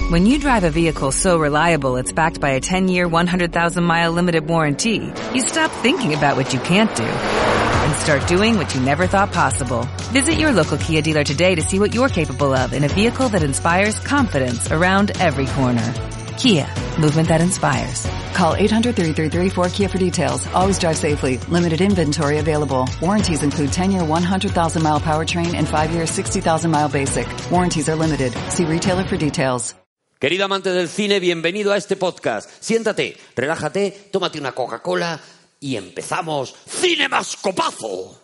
When you drive a vehicle so reliable it's backed by a 10-year, 100,000-mile limited warranty, you stop thinking about what you can't do and start doing what you never thought possible. Visit your local Kia dealer today to see what you're capable of in a vehicle that inspires confidence around every corner. Kia, movement that inspires. Call 800-3334-KIA for details. Always drive safely. Limited inventory available. Warranties include 10-year 100,000-mile powertrain and 5-year 60,000-mile basic. Warranties are limited. See retailer for details. Querido amante del cine, bienvenido a este podcast. Siéntate, relájate, tómate una Coca-Cola y empezamos Cinemascopazo.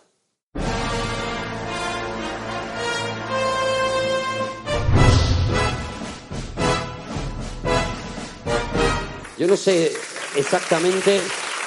Yo no sé exactamente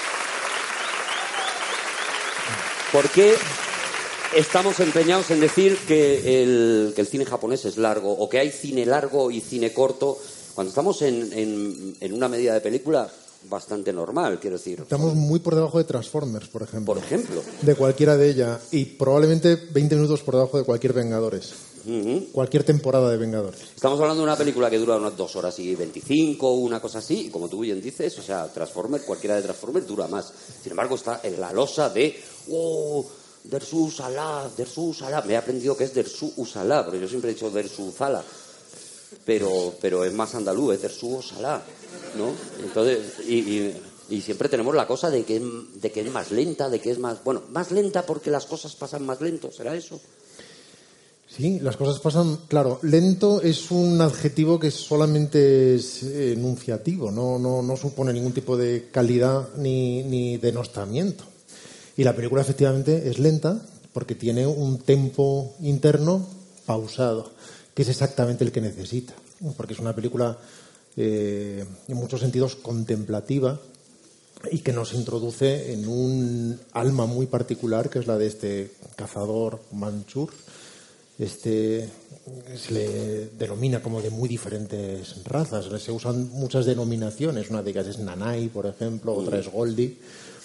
por qué estamos empeñados en decir que el cine japonés es largo o que hay cine largo y cine corto cuando estamos en una medida de película bastante normal, quiero decir. Estamos muy por debajo de Transformers, por ejemplo. Por ejemplo. De cualquiera de ellas. Y probablemente 20 minutos por debajo de cualquier Vengadores. Cualquier temporada de Vengadores. Estamos hablando de una película que dura unas 2 horas y 25, una cosa así, y como tú bien dices, o sea, Transformers, cualquiera de Transformers dura más. Sin embargo, está en la losa de Dersu Usala. Me he aprendido que es Dersu Usala, porque yo siempre he dicho Dersu Uzala. Pero es más andaluz, es Dersu Usala, ¿no? Entonces, y siempre tenemos la cosa de que es más lenta, de que es más... Bueno, más lenta porque las cosas pasan más lento, ¿será eso? Sí, las cosas pasan... Claro, lento es un adjetivo que solamente es enunciativo, no supone ningún tipo de calidad ni denostamiento. Y la película efectivamente es lenta porque tiene un tempo interno pausado, que es exactamente el que necesita. Porque es una película en muchos sentidos contemplativa y que nos introduce en un alma muy particular, que es la de este cazador manchur. Se le denomina como de muy diferentes razas. Se usan muchas denominaciones. Una de ellas es Nanai, por ejemplo, otra es Goldie.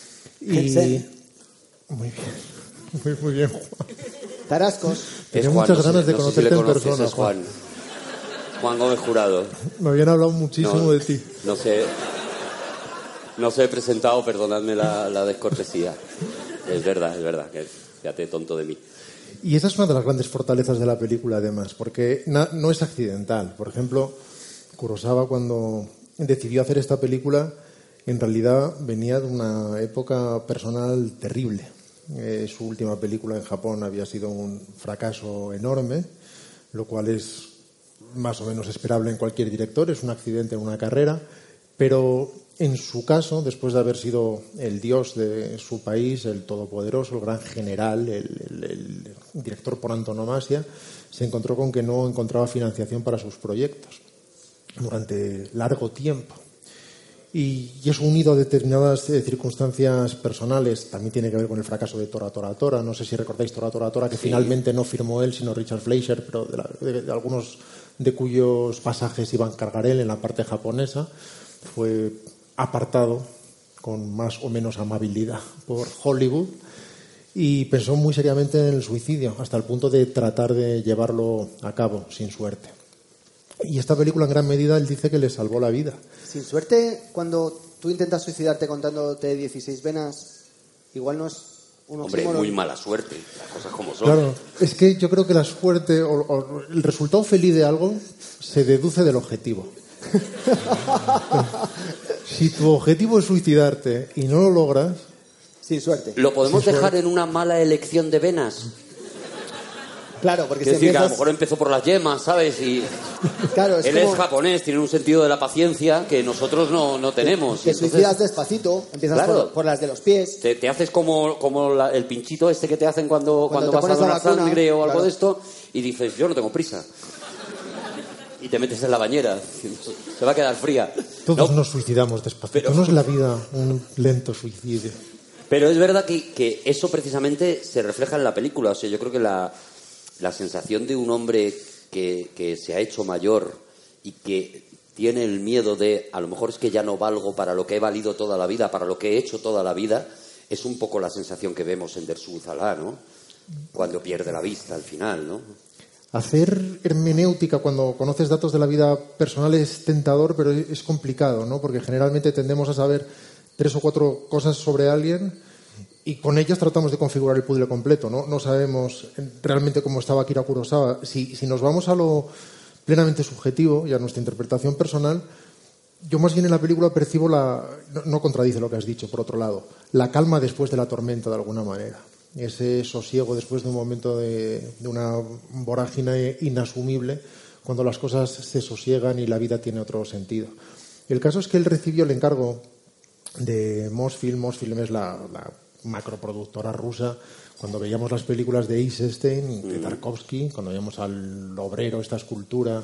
Muy bien. Muy bien, Juan. Tarascos. Tenía muchas ganas de conocerte en persona, Juan. Juan Gómez Jurado. Me habían hablado muchísimo de ti. No sé he presentado, perdonadme la descortesía. Es verdad, que fíjate, tonto de mí. Y esa es una de las grandes fortalezas de la película, además, porque no es accidental. Por ejemplo, Kurosawa, cuando decidió hacer esta película, en realidad venía de una época personal terrible. Su última película en Japón había sido un fracaso enorme, lo cual es más o menos esperable en cualquier director, es un accidente en una carrera, pero en su caso, después de haber sido el dios de su país, el todopoderoso, el gran general, el director por antonomasia, se encontró con que no encontraba financiación para sus proyectos durante largo tiempo. Y eso, unido a determinadas circunstancias personales, también tiene que ver con el fracaso de Tora Tora Tora. No sé si recordáis Tora Tora Tora, que sí. Finalmente no firmó él, sino Richard Fleischer, pero de algunos de cuyos pasajes iba a encargar él en la parte japonesa. Fue apartado con más o menos amabilidad por Hollywood y pensó muy seriamente en el suicidio, hasta el punto de tratar de llevarlo a cabo sin suerte. Y esta película en gran medida él dice que le salvó la vida. Sin suerte, cuando tú intentas suicidarte contándote 16 venas, igual no es un oxímoron. Hombre, muy mala suerte, las cosas como son. Claro, es que yo creo que la suerte o el resultado feliz de algo se deduce del objetivo. Si tu objetivo es suicidarte y no lo logras... Sin suerte. ¿Lo podemos dejar en una mala elección de venas? Claro, porque quiero si decir empiezas... que a lo mejor empezó por las yemas, ¿sabes? Y claro, él es japonés, tiene un sentido de la paciencia que nosotros no tenemos. Te suicidas despacito, empiezas claro, por las de los pies. Te haces como el pinchito este que te hacen cuando vas a donar sangre o algo de esto y dices, yo no tengo prisa. Y te metes en la bañera, se va a quedar fría. Todos nos suicidamos despacito, no es la vida un lento suicidio. Pero es verdad que eso precisamente se refleja en la película. O sea, yo creo que la sensación de un hombre que se ha hecho mayor y que tiene el miedo de, a lo mejor es que ya no valgo para lo que he valido toda la vida, para lo que he hecho toda la vida, es un poco la sensación que vemos en Dersu Uzala, ¿no? Cuando pierde la vista al final, ¿no? Hacer hermenéutica cuando conoces datos de la vida personal es tentador, pero es complicado, ¿no? Porque generalmente tendemos a saber 3 o 4 cosas sobre alguien y con ellas tratamos de configurar el puzzle completo, ¿no? No sabemos realmente cómo estaba Akira Kurosawa. Si nos vamos a lo plenamente subjetivo y a nuestra interpretación personal, yo más bien en la película percibo no contradice lo que has dicho, por otro lado, la calma después de la tormenta, de alguna manera. Ese sosiego después de un momento de una vorágine inasumible, cuando las cosas se sosiegan y la vida tiene otro sentido. El caso es que él recibió el encargo de Mosfilm. Mosfilm es la macroproductora rusa. Cuando veíamos las películas de Eisenstein, de Tarkovsky, cuando veíamos al obrero, esta escultura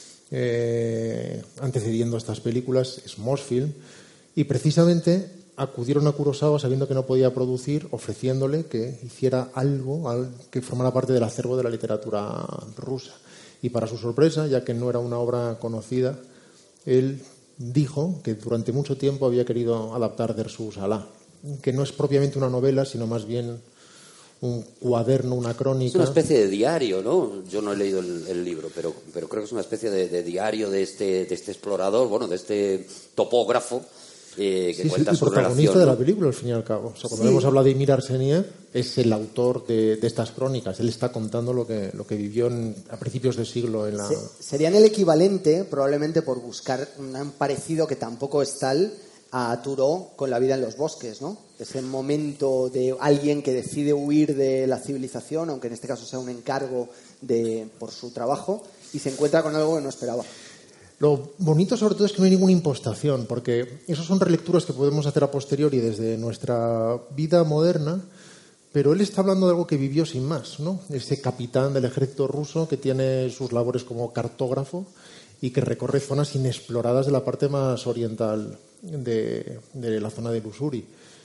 antecediendo estas películas, es Mosfilm. Y precisamente acudieron a Kurosawa sabiendo que no podía producir, ofreciéndole que hiciera algo que formara parte del acervo de la literatura rusa. Y para su sorpresa, ya que no era una obra conocida, él dijo que durante mucho tiempo había querido adaptar Dersu Salá, que no es propiamente una novela, sino más bien un cuaderno, una crónica. Es una especie de diario, ¿no? Yo no he leído el libro, pero creo que es una especie de diario de este explorador, bueno, de este topógrafo, que cuenta su relación. El protagonista de la película, al fin y al cabo. O sea, cuando hemos hablado de Emir Arseniev, es el autor de estas crónicas. Él está contando lo que vivió a principios del siglo en la... Serían el equivalente, probablemente por buscar un parecido que tampoco es tal, a Thoreau con La vida en los bosques, ¿no? Ese momento de alguien que decide huir de la civilización, aunque en este caso sea un encargo por su trabajo, y se encuentra con algo que no esperaba. Lo bonito sobre todo es que no hay ninguna impostación, porque esas son relecturas que podemos hacer a posteriori desde nuestra vida moderna, pero él está hablando de algo que vivió sin más, ¿no? Ese capitán del ejército ruso que tiene sus labores como cartógrafo y que recorre zonas inexploradas de la parte más oriental de la zona de Lusuri.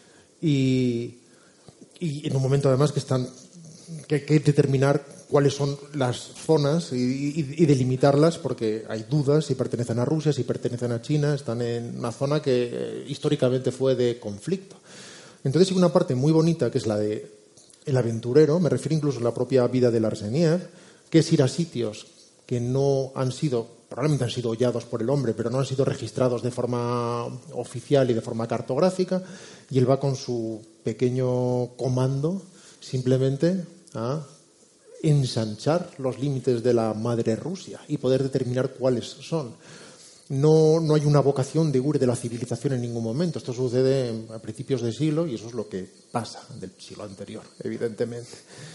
Y en un momento además que hay que determinar cuáles son las zonas y delimitarlas, porque hay dudas si pertenecen a Rusia, si pertenecen a China, están en una zona que históricamente fue de conflicto. Entonces hay una parte muy bonita que es la de el aventurero, me refiero incluso a la propia vida del Arseniev, que es ir a sitios que no han sido, probablemente han sido hollados por el hombre, pero no han sido registrados de forma oficial y de forma cartográfica, y él va con su pequeño comando simplemente a ensanchar los límites de la madre Rusia y poder determinar cuáles son. No hay una vocación de huir de la civilización en ningún momento. Esto sucede a principios de siglo y eso es lo que pasa del siglo anterior, evidentemente.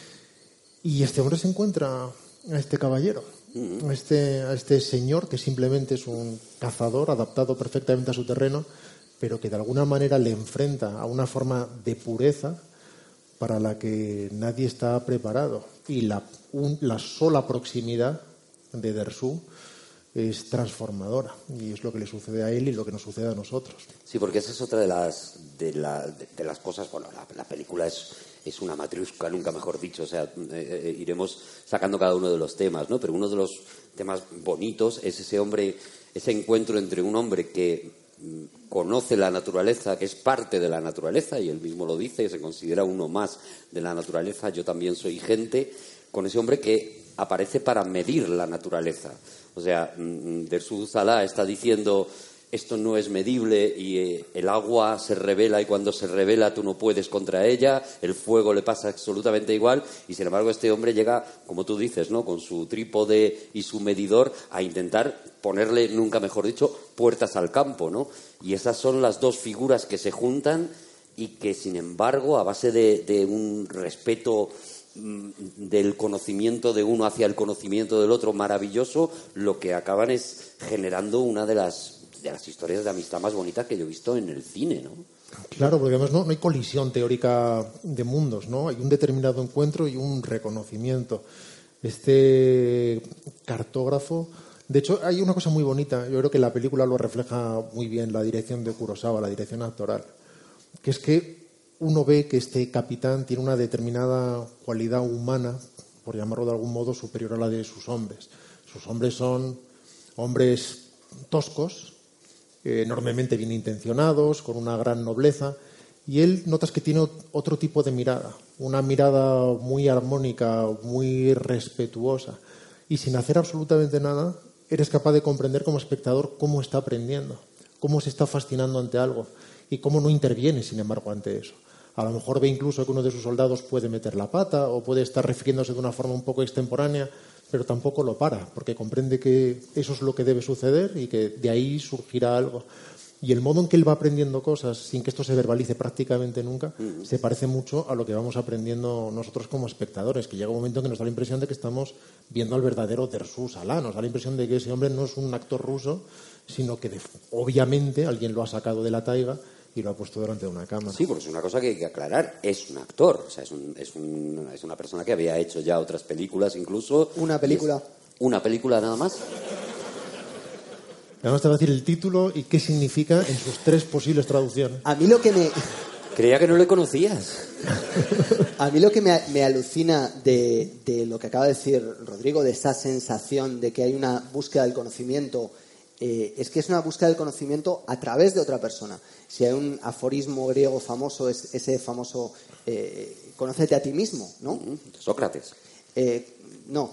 Y este hombre se encuentra a este caballero, a este señor que simplemente es un cazador adaptado perfectamente a su terreno, pero que de alguna manera le enfrenta a una forma de pureza para la que nadie está preparado. Y la sola proximidad de Dersu es transformadora, y es lo que le sucede a él y lo que nos sucede a nosotros. Sí, porque esa es otra de las cosas. Bueno, la película es una matriusca, nunca mejor dicho. O sea, iremos sacando cada uno de los temas, ¿no? Pero uno de los temas bonitos es ese encuentro entre un hombre que conoce la naturaleza, que es parte de la naturaleza, y él mismo lo dice, se considera uno más de la naturaleza. Yo también soy gente, con ese hombre que aparece para medir la naturaleza. O sea, Dersu Salá está diciendo, esto no es medible, y el agua se revela, y cuando se revela tú no puedes contra ella, el fuego le pasa absolutamente igual, y sin embargo este hombre llega, como tú dices, ¿no?, con su trípode y su medidor a intentar ponerle, nunca mejor dicho, puertas al campo, ¿no? Y esas son las dos figuras que se juntan y que, sin embargo, a base de un respeto del conocimiento de uno hacia el conocimiento del otro maravilloso, lo que acaban es generando una de las historias de amistad más bonitas que yo he visto en el cine, ¿no? Claro, porque además no hay colisión teórica de mundos, ¿no? Hay un determinado encuentro y un reconocimiento. Este cartógrafo... De hecho, hay una cosa muy bonita, yo creo que la película lo refleja muy bien, la dirección de Kurosawa, la dirección actoral, que es que uno ve que este capitán tiene una determinada cualidad humana, por llamarlo de algún modo, superior a la de sus hombres. Sus hombres son hombres toscos, enormemente bien intencionados, con una gran nobleza, y él notas que tiene otro tipo de mirada, una mirada muy armónica, muy respetuosa, y sin hacer absolutamente nada, eres capaz de comprender como espectador cómo está aprendiendo, cómo se está fascinando ante algo y cómo no interviene, sin embargo, ante eso. A lo mejor ve incluso que uno de sus soldados puede meter la pata o puede estar refiriéndose de una forma un poco extemporánea, pero tampoco lo para, porque comprende que eso es lo que debe suceder y que de ahí surgirá algo. Y el modo en que él va aprendiendo cosas, sin que esto se verbalice prácticamente nunca, se parece mucho a lo que vamos aprendiendo nosotros como espectadores, que llega un momento en que nos da la impresión de que estamos viendo al verdadero Dersu Salá. Nos da la impresión de que ese hombre no es un actor ruso, sino que obviamente alguien lo ha sacado de la taiga y lo ha puesto delante de una cámara. Sí, porque es una cosa que hay que aclarar. Es un actor, o sea, es una persona que había hecho ya otras películas incluso. ¿Una película? ¿Una película nada más? Además te va a decir el título y qué significa en sus 3 posibles traducciones. A mí lo que me... Creía que no le conocías. A mí lo que me alucina de lo que acaba de decir Rodrigo, de esa sensación de que hay una búsqueda del conocimiento, es que es una búsqueda del conocimiento a través de otra persona. Si hay un aforismo griego famoso, es ese famoso conócete a ti mismo, ¿no? Sócrates. No.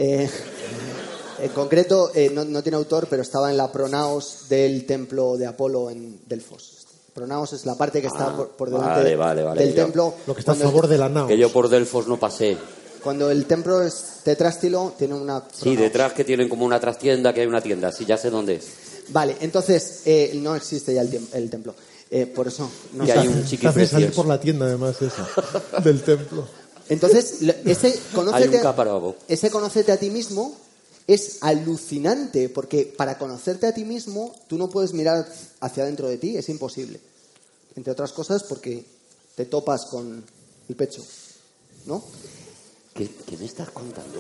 En concreto, no tiene autor, pero estaba en la pronaos del templo de Apolo en Delfos. Pronaos es la parte que está por delante del templo. Lo que está a favor de la naos. Que yo por Delfos no pasé. Cuando el templo es tetrástilo, tiene una pronaos. Sí, detrás que tienen como una trastienda, que hay una tienda. Sí, ya sé dónde es. Vale, entonces no existe ya el templo. Por eso no y hay un chiqui hace salir por la tienda, además, esa, del templo. Entonces, ese conócete a ti mismo es alucinante, porque para conocerte a ti mismo tú no puedes mirar hacia dentro de ti, es imposible. Entre otras cosas porque te topas con el pecho, ¿no? ¿Qué me estás contando?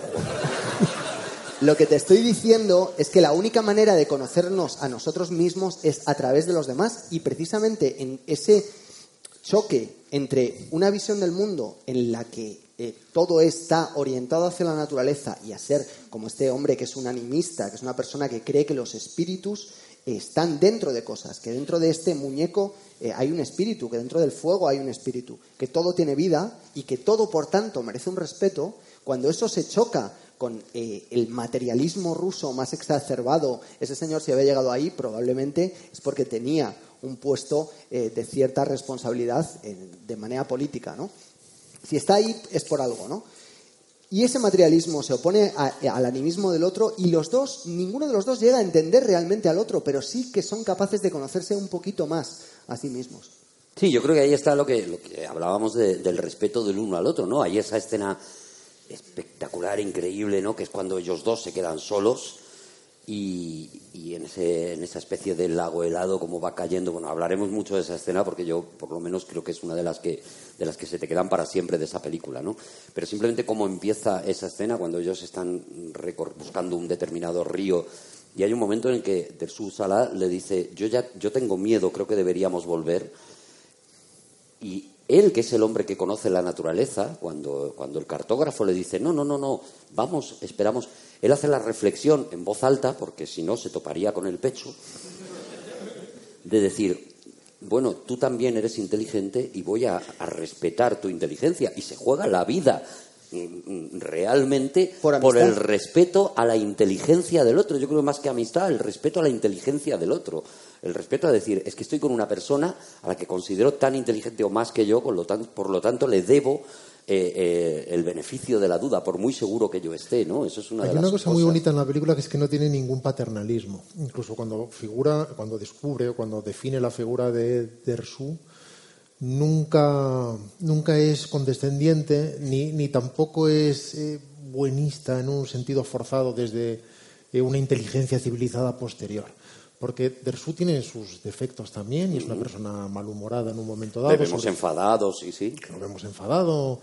Lo que te estoy diciendo es que la única manera de conocernos a nosotros mismos es a través de los demás, y precisamente en ese choque entre una visión del mundo en la que todo está orientado hacia la naturaleza y a ser como este hombre que es un animista, que es una persona que cree que los espíritus están dentro de cosas, que dentro de este muñeco hay un espíritu, que dentro del fuego hay un espíritu, que todo tiene vida y que todo, por tanto, merece un respeto. Cuando eso se choca con el materialismo ruso más exacerbado, ese señor, si había llegado ahí, probablemente es porque tenía un puesto de cierta responsabilidad de manera política, ¿no? Si está ahí es por algo, ¿no? Y ese materialismo se opone al animismo del otro, y ninguno de los dos llega a entender realmente al otro, pero sí que son capaces de conocerse un poquito más a sí mismos. Sí, yo creo que ahí está lo que hablábamos del respeto del uno al otro, ¿no? Hay esa escena espectacular, increíble, ¿no? Que es cuando ellos dos se quedan solos y en esa especie de lago helado, como va cayendo. Bueno, hablaremos mucho de esa escena porque yo, por lo menos, creo que es una de las que se te quedan para siempre de esa película, ¿no? Pero simplemente cómo empieza esa escena cuando ellos están buscando un determinado río, y hay un momento en el que Dersu Salá le dice: yo tengo miedo, creo que deberíamos volver. Y él, que es el hombre que conoce la naturaleza, cuando el cartógrafo le dice no, vamos, esperamos, él hace la reflexión en voz alta, porque si no se toparía con el pecho, de decir: bueno, tú también eres inteligente y voy a respetar tu inteligencia. Y se juega la vida realmente por el respeto a la inteligencia del otro. Yo creo más que amistad, el respeto a la inteligencia del otro. El respeto a decir, es que estoy con una persona a la que considero tan inteligente o más que yo, por lo tanto le debo el beneficio de la duda, por muy seguro que yo esté, ¿no? Eso es una de las cosas. Hay una cosa muy bonita en la película, que es que no tiene ningún paternalismo. Incluso cuando descubre o cuando define la figura de Dersu, nunca es condescendiente ni tampoco es buenista en un sentido forzado desde una inteligencia civilizada posterior. Porque Dersu tiene sus defectos también y es una persona malhumorada en un momento dado. Le vemos enfadados, sí. Lo vemos enfadado.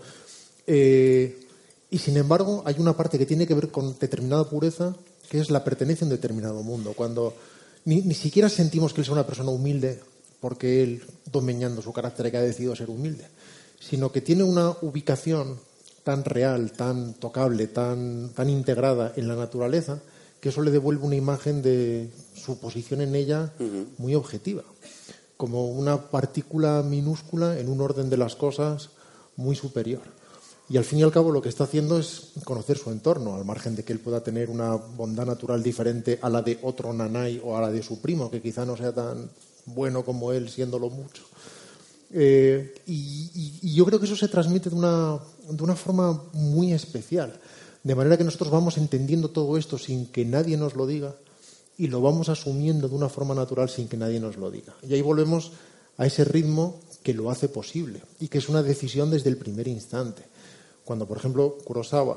Y sin embargo hay una parte que tiene que ver con determinada pureza, que es la pertenencia a un determinado mundo. Cuando ni siquiera sentimos que él sea una persona humilde porque él, domeñando su carácter, que ha decidido ser humilde, sino que tiene una ubicación tan real, tan tocable, tan integrada en la naturaleza, que eso le devuelve una imagen de su posición en ella muy objetiva, como una partícula minúscula en un orden de las cosas muy superior. Y al fin y al cabo lo que está haciendo es conocer su entorno, al margen de que él pueda tener una bondad natural diferente a la de otro nanay o a la de su primo, que quizá no sea tan bueno como él, siéndolo mucho. Y yo creo que eso se transmite de una forma muy especial, de manera que nosotros vamos entendiendo todo esto sin que nadie nos lo diga y lo vamos asumiendo de una forma natural sin que nadie nos lo diga. Y ahí volvemos a ese ritmo que lo hace posible y que es una decisión desde el primer instante. Cuando, por ejemplo, Kurosawa,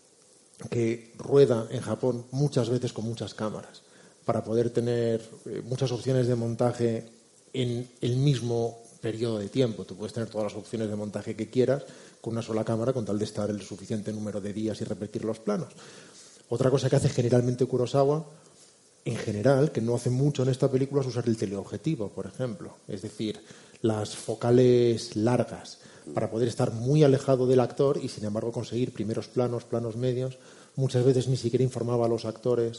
que rueda en Japón muchas veces con muchas cámaras para poder tener muchas opciones de montaje en el mismo periodo de tiempo. Tú puedes tener todas las opciones de montaje que quieras con una sola cámara con tal de estar el suficiente número de días y repetir los planos. Otra cosa que hace generalmente Kurosawa, en general, que no hace mucho en esta película, es usar el teleobjetivo, por ejemplo. Es decir, las focales largas, para poder estar muy alejado del actor y, sin embargo, conseguir primeros planos, planos medios. Muchas veces ni siquiera informaba a los actores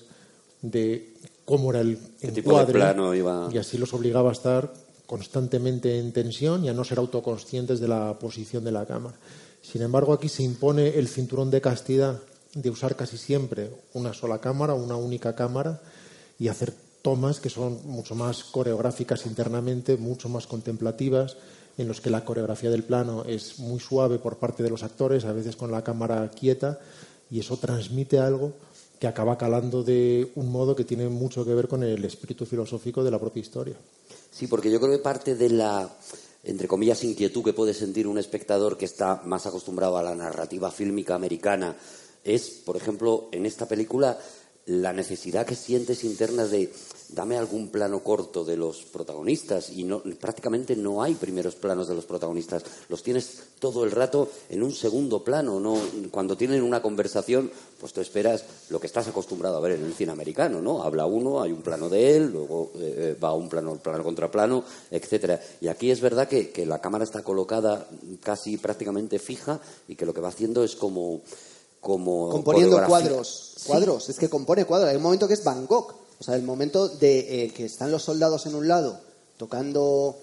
de cómo era el encuadre, y así los obligaba a estar constantemente en tensión y a no ser autoconscientes de la posición de la cámara. Sin embargo, aquí se impone el cinturón de castidad de usar casi siempre una sola cámara, una única cámara, y hacer tomas que son mucho más coreográficas internamente, mucho más contemplativas, en los que la coreografía del plano es muy suave por parte de los actores, a veces con la cámara quieta, y eso transmite algo que acaba calando de un modo que tiene mucho que ver con el espíritu filosófico de la propia historia. Sí, porque yo creo que parte de la, entre comillas, inquietud que puede sentir un espectador que está más acostumbrado a la narrativa fílmica americana es, por ejemplo, en esta película, la necesidad que sientes interna de dame algún plano corto de los protagonistas, y prácticamente no hay primeros planos de los protagonistas, los tienes todo el rato en un segundo plano, ¿no? Cuando tienen una conversación, pues tú esperas lo que estás acostumbrado a ver en el cine americano, ¿no? Habla uno, hay un plano de él, luego va a un plano contra plano, etcétera. Y aquí es verdad que la cámara está colocada casi prácticamente fija y que lo que va haciendo es como componiendo cuadros, es que compone cuadros. Hay un momento que es Van Gogh, o sea, el momento de que están los soldados en un lado tocando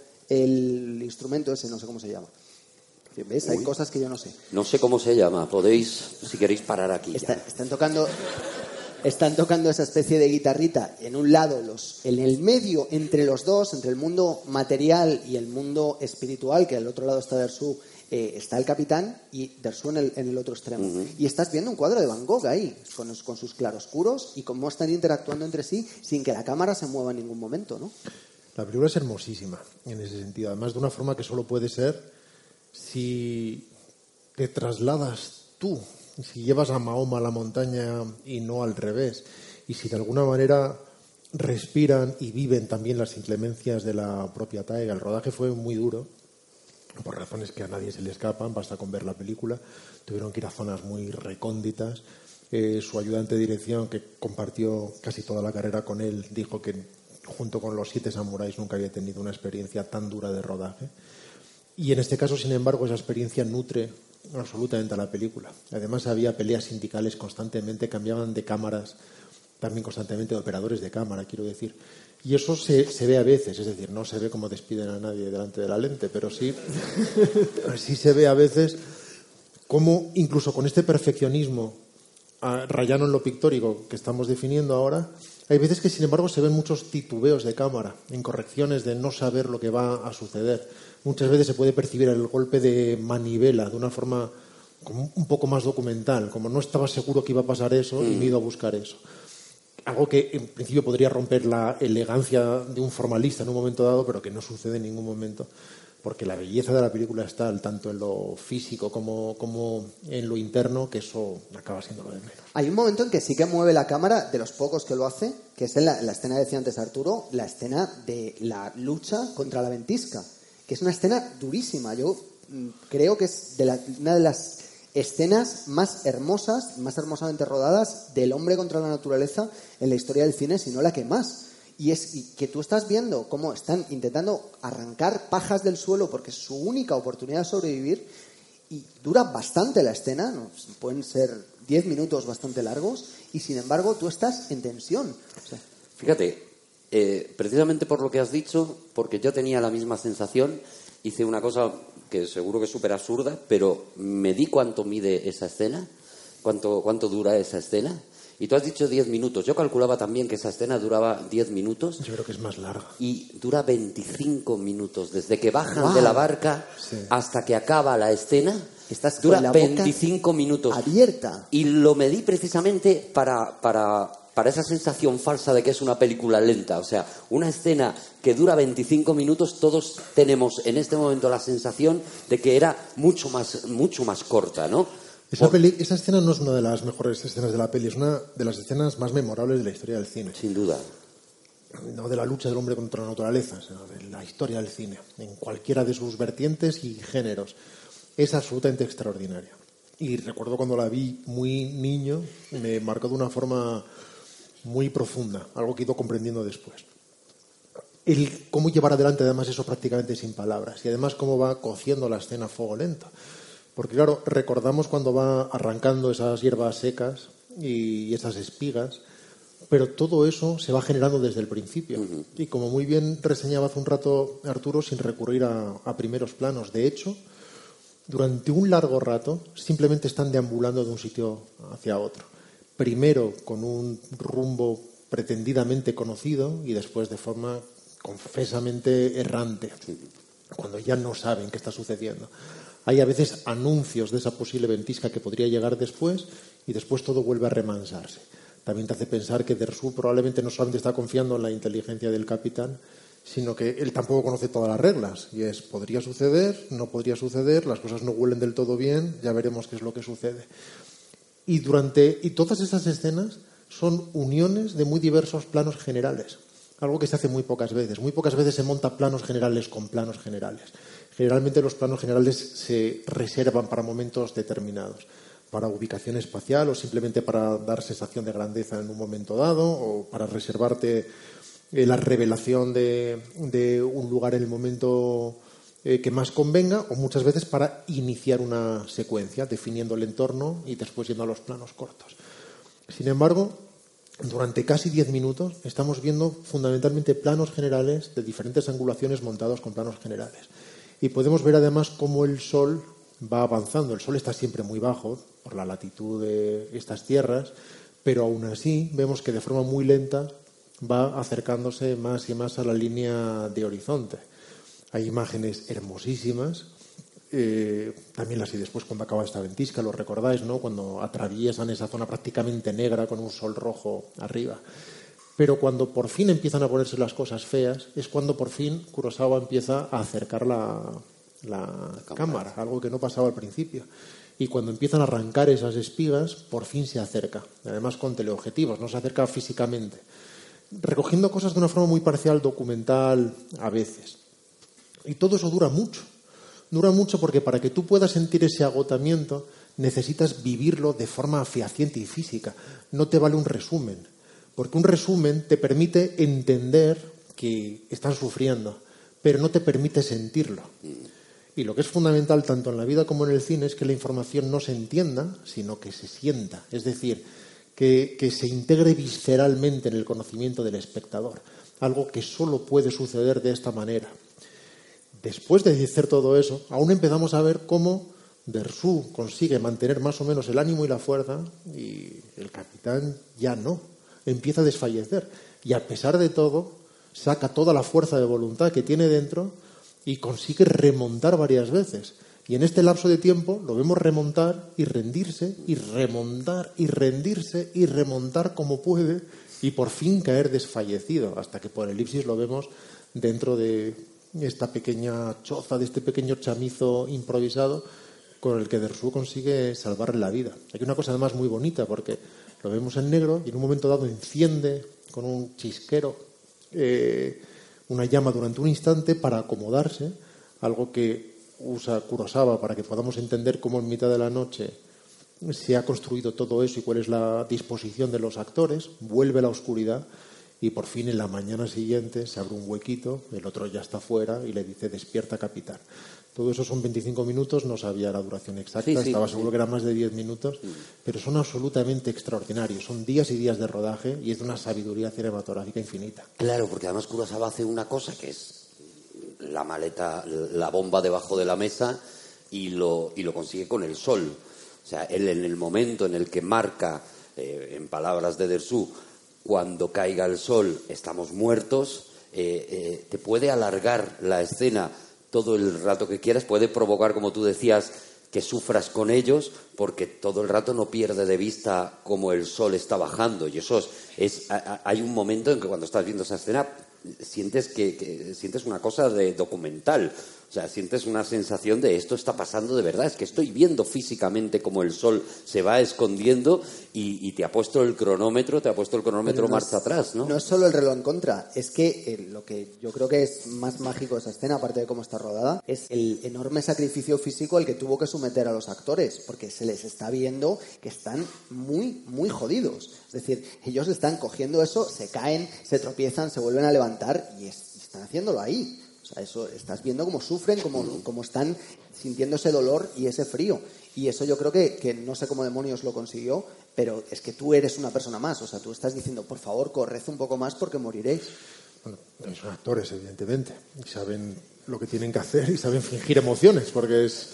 el instrumento ese, no sé cómo se llama. ¿Ves? Hay cosas que yo no sé. No sé cómo se llama, podéis, si queréis, parar aquí. Están tocando esa especie de guitarrita en un lado, en el medio, entre los dos, entre el mundo material y el mundo espiritual, que al otro lado está Dersu, está el capitán, y Dersu en el otro extremo. Uh-huh. Y estás viendo un cuadro de Van Gogh ahí, con sus claroscuros y cómo están interactuando entre sí sin que la cámara se mueva en ningún momento, ¿no? La película es hermosísima en ese sentido, además de una forma que solo puede ser si te trasladas tú, si llevas a Mahoma a la montaña y no al revés, y si de alguna manera respiran y viven también las inclemencias de la propia taiga. El rodaje fue muy duro, por razones que a nadie se le escapan, basta con ver la película. Tuvieron que ir a zonas muy recónditas. Su ayudante de dirección, que compartió casi toda la carrera con él, dijo que junto con los 7 samuráis nunca había tenido una experiencia tan dura de rodaje. Y en este caso, sin embargo, esa experiencia nutre absolutamente a la película. Además, había peleas sindicales constantemente, cambiaban de cámaras, también constantemente de operadores de cámara, quiero decir. Y eso se ve a veces, es decir, no se ve como despiden a nadie delante de la lente, pero sí, sí se ve a veces cómo, incluso con este perfeccionismo rayano en lo pictórico que estamos definiendo ahora, hay veces que, sin embargo, se ven muchos titubeos de cámara, incorrecciones de no saber lo que va a suceder. Muchas veces se puede percibir el golpe de manivela de una forma como un poco más documental, como no estaba seguro que iba a pasar eso y me he ido a buscar eso. Algo que en principio podría romper la elegancia de un formalista en un momento dado, pero que no sucede en ningún momento, porque la belleza de la película está tanto en lo físico como en lo interno, que eso acaba siendo lo de menos. Hay un momento en que sí que mueve la cámara, de los pocos que lo hace, que es en la escena, decía antes Arturo, la escena de la lucha contra la ventisca, que es una escena durísima. Yo creo que es una de las escenas más hermosas, más hermosamente rodadas del hombre contra la naturaleza en la historia del cine, si no la que más. Y que tú estás viendo cómo están intentando arrancar pajas del suelo porque es su única oportunidad de sobrevivir, y dura bastante la escena, ¿no? Pueden ser 10 minutos bastante largos, y sin embargo tú estás en tensión. O sea, fíjate, precisamente por lo que has dicho, porque yo tenía la misma sensación, hice una cosa que seguro que es súper absurda, pero me di cuánto mide esa escena, cuánto dura esa escena. Y tú has dicho 10 minutos. Yo calculaba también que esa escena duraba 10 minutos. Yo creo que es más larga. Y dura 25 minutos. Desde que bajan de la barca hasta que acaba la escena, dura 25 minutos. Abierta. Y lo medí precisamente para esa sensación falsa de que es una película lenta. O sea, una escena que dura 25 minutos, todos tenemos en este momento la sensación de que era mucho más corta, ¿no? Esa escena no es una de las mejores escenas de la peli, es una de las escenas más memorables de la historia del cine. Sin duda. No de la lucha del hombre contra la naturaleza, sino de la historia del cine, en cualquiera de sus vertientes y géneros. Es absolutamente extraordinaria. Y recuerdo cuando la vi muy niño, me marcó de una forma muy profunda, algo que he ido comprendiendo después. El cómo llevar adelante además eso prácticamente sin palabras, y además cómo va cociendo la escena a fuego lento. Porque claro, recordamos cuando va arrancando esas hierbas secas y esas espigas, pero todo eso se va generando desde el principio. Uh-huh. Y como muy bien reseñaba hace un rato Arturo, sin recurrir a primeros planos. De hecho, durante un largo rato simplemente están deambulando de un sitio hacia otro. Primero con un rumbo pretendidamente conocido y después de forma confesamente errante, cuando ya no saben qué está sucediendo. Hay a veces anuncios de esa posible ventisca que podría llegar después y después todo vuelve a remansarse. También te hace pensar que Dersu probablemente no solamente está confiando en la inteligencia del capitán, sino que él tampoco conoce todas las reglas. Y es, podría suceder, no podría suceder, las cosas no huelen del todo bien, ya veremos qué es lo que sucede. Y todas esas escenas son uniones de muy diversos planos generales. Algo que se hace muy pocas veces. Muy pocas veces se monta planos generales con planos generales. Generalmente los planos generales se reservan para momentos determinados, para ubicación espacial o simplemente para dar sensación de grandeza en un momento dado o para reservarte la revelación de un lugar en el momento que más convenga, o muchas veces para iniciar una secuencia, definiendo el entorno y después yendo a los planos cortos. Sin embargo, durante casi 10 minutos estamos viendo fundamentalmente planos generales de diferentes angulaciones montados con planos generales. Y podemos ver además cómo el sol va avanzando. El sol está siempre muy bajo por la latitud de estas tierras, pero aún así vemos que de forma muy lenta va acercándose más y más a la línea de horizonte. Hay imágenes hermosísimas. También las hay después cuando acaba esta ventisca, lo recordáis, ¿no? Cuando atraviesan esa zona prácticamente negra con un sol rojo arriba. Pero cuando por fin empiezan a ponerse las cosas feas, es cuando por fin Kurosawa empieza a acercar la cámara, algo que no pasaba al principio. Y cuando empiezan a arrancar esas espigas, por fin se acerca. Además con teleobjetivos, no se acerca físicamente. Recogiendo cosas de una forma muy parcial, documental a veces. Y todo eso dura mucho. Dura mucho porque para que tú puedas sentir ese agotamiento necesitas vivirlo de forma fehaciente y física. No te vale un resumen. Porque un resumen te permite entender que están sufriendo, pero no te permite sentirlo. Y lo que es fundamental tanto en la vida como en el cine es que la información no se entienda, sino que se sienta. Es decir, que se integre visceralmente en el conocimiento del espectador. Algo que solo puede suceder de esta manera. Después de hacer todo eso, aún empezamos a ver cómo Dersu consigue mantener más o menos el ánimo y la fuerza y el capitán ya no. Empieza a desfallecer y a pesar de todo saca toda la fuerza de voluntad que tiene dentro y consigue remontar varias veces. Y en este lapso de tiempo lo vemos remontar y rendirse y remontar y rendirse y remontar como puede y por fin caer desfallecido, hasta que por elipsis lo vemos dentro de esta pequeña choza, de este pequeño chamizo improvisado con el que Dersu consigue salvarle la vida. Hay una cosa además muy bonita porque lo vemos en negro y en un momento dado enciende con un chisquero una llama durante un instante para acomodarse, algo que usa Kurosawa para que podamos entender cómo en mitad de la noche se ha construido todo eso y cuál es la disposición de los actores. Vuelve la oscuridad y por fin en la mañana siguiente se abre un huequito, el otro ya está fuera y le dice despierta capitán. Todo eso son 25 minutos, no sabía la duración exacta, estaba seguro que era más de 10 minutos, pero son absolutamente extraordinarios. Son días y días de rodaje y es de una sabiduría cinematográfica infinita. Claro, porque además Kurosawa hace una cosa que es la maleta, la bomba debajo de la mesa y lo consigue con el sol. O sea, él en el momento en el que marca, en palabras de Dersu, cuando caiga el sol estamos muertos, te puede alargar la escena todo el rato que quieras, puede provocar, como tú decías, que sufras con ellos, porque todo el rato no pierde de vista cómo el sol está bajando. Y eso hay un momento en que cuando estás viendo esa escena sientes que sientes una cosa de documental. O sea, sientes una sensación de esto está pasando de verdad. Es que estoy viendo físicamente cómo el sol se va escondiendo y te ha puesto el cronómetro marcha atrás, ¿no? No es solo el reloj en contra, es que lo que yo creo que es más mágico de esa escena, aparte de cómo está rodada, es el enorme sacrificio físico al que tuvo que someter a los actores, porque se les está viendo que están muy, muy jodidos. Es decir, ellos están cogiendo eso, se caen, se tropiezan, se vuelven a levantar y están haciéndolo ahí. O sea, eso estás viendo cómo sufren, cómo están sintiendo ese dolor y ese frío. Y eso yo creo que no sé cómo demonios lo consiguió, pero es que tú eres una persona más. O sea, tú estás diciendo, por favor, corred un poco más porque moriréis. Bueno, son actores, evidentemente, y saben lo que tienen que hacer y saben fingir emociones, porque es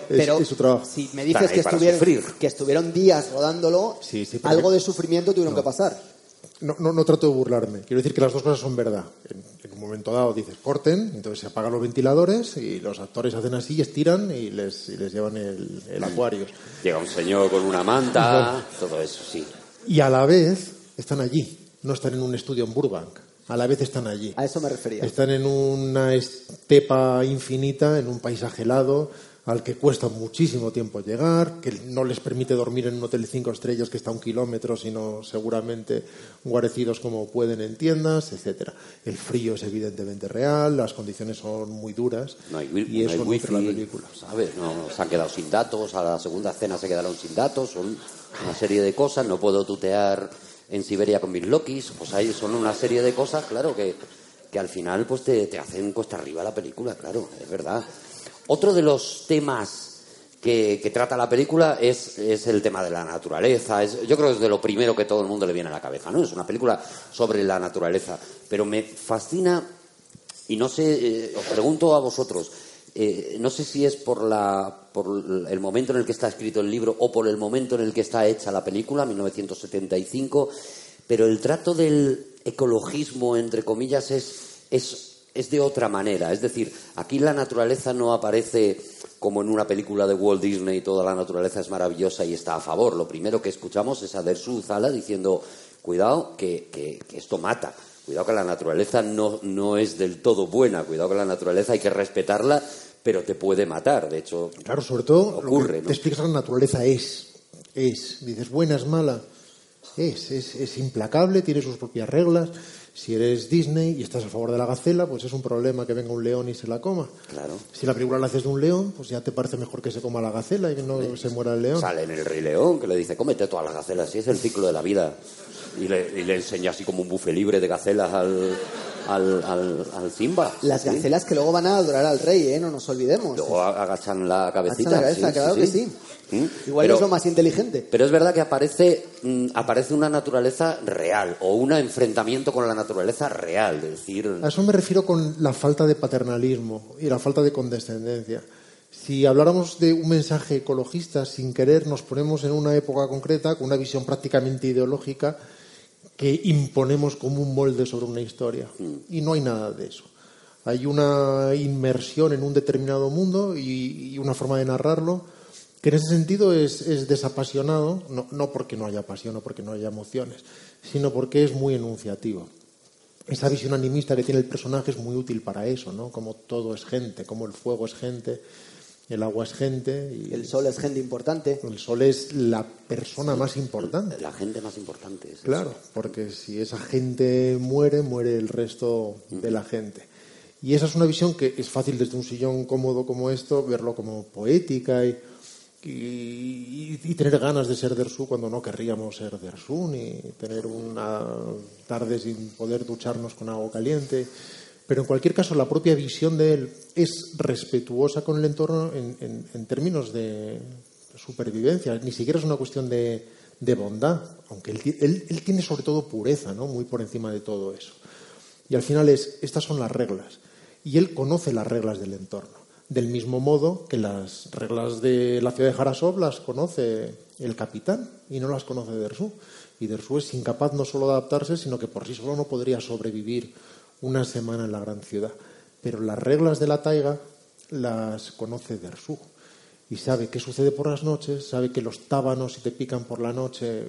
su trabajo. Si me dices que estuvieron días rodándolo, sí, algo de sufrimiento tuvieron que pasar. No trato de burlarme. Quiero decir que las dos cosas son verdad. En un momento dado dices corten, entonces se apagan los ventiladores y los actores hacen así, estiran y les llevan el acuario. Llega un señor con una manta, todo eso, sí. Y a la vez están allí, no están en un estudio en Burbank. A la vez están allí. A eso me refería. Están en una estepa infinita, en un paisaje helado, al que cuesta muchísimo tiempo llegar, que no les permite dormir en un hotel de 5 estrellas que está a 1 kilómetro, sino seguramente guarecidos como pueden en tiendas, etcétera. El frío es evidentemente real, las condiciones son muy duras y eso nutre la película. ¿Sabes? No, se han quedado sin datos, a la segunda escena se quedaron sin datos, son una serie de cosas, no puedo tutear en Siberia con mis Lokis, pues ahí son una serie de cosas, claro, que al final pues te hacen cuesta arriba la película, claro, es verdad. Otro de los temas que trata la película es el tema de la naturaleza. Yo creo que es de lo primero que todo el mundo le viene a la cabeza, ¿no? Es una película sobre la naturaleza. Pero me fascina, y no sé, os pregunto a vosotros, no sé si es por el momento en el que está escrito el libro o por el momento en el que está hecha la película, 1975, pero el trato del ecologismo, entre comillas, es de otra manera. Es decir, aquí la naturaleza no aparece como en una película de Walt Disney, toda la naturaleza es maravillosa y está a favor. Lo primero que escuchamos es a Dersu Uzala diciendo, cuidado que esto mata, cuidado que la naturaleza no es del todo buena, cuidado que la naturaleza hay que respetarla, pero te puede matar. De hecho, claro, sobre todo ocurre, ¿no? Te explicas que la naturaleza es. Dices, buena, es mala. Es implacable, tiene sus propias reglas. Si eres Disney y estás a favor de la gacela, pues es un problema que venga un león y se la coma. Claro. Si la película la haces de un león, pues ya te parece mejor que se coma la gacela y que no se muera el león. Sale en El Rey León, que le dice, cómete todas las gacelas, si es el ciclo de la vida. Y le enseña así como un buffet libre de gacelas al Simba. Las gacelas que luego van a adorar al rey, no nos olvidemos. Luego agachan la cabecita. Agachan la cabeza, claro que sí. Igual es lo más inteligente. Pero es verdad que aparece una naturaleza real o un enfrentamiento con la naturaleza real. Es decir, a eso me refiero con la falta de paternalismo y la falta de condescendencia. Si habláramos de un mensaje ecologista, sin querer nos ponemos en una época concreta con una visión prácticamente ideológica que imponemos como un molde sobre una historia. Y no hay nada de eso. Hay una inmersión en un determinado mundo y una forma de narrarlo que en ese sentido es desapasionado, no porque no haya pasión o porque no haya emociones, sino porque es muy enunciativo. Esa visión animista que tiene el personaje es muy útil para eso, ¿no? Como todo es gente, como el fuego es gente, el agua es gente. Y el sol es gente importante. El sol es la persona más importante. La gente más importante. Claro, eso. Porque si esa gente muere el resto de la gente. Y esa es una visión que es fácil desde un sillón cómodo como esto, verlo como poética y tener ganas de ser Dersu cuando no querríamos ser Dersu, ni tener una tarde sin poder ducharnos con agua caliente. Pero en cualquier caso, la propia visión de él es respetuosa con el entorno en términos de supervivencia. Ni siquiera es una cuestión de bondad, aunque él tiene sobre todo pureza, ¿no? Muy por encima de todo eso. Y al final estas son las reglas. y él conoce las reglas del entorno. Del mismo modo que las reglas de la ciudad de Jarasov las conoce el capitán y no las conoce Dersu. Y Dersu es incapaz no solo de adaptarse, sino que por sí solo no podría sobrevivir una semana en la gran ciudad. Pero las reglas de la taiga las conoce Dersu. Y sabe qué sucede por las noches, sabe que los tábanos, si te pican por la noche,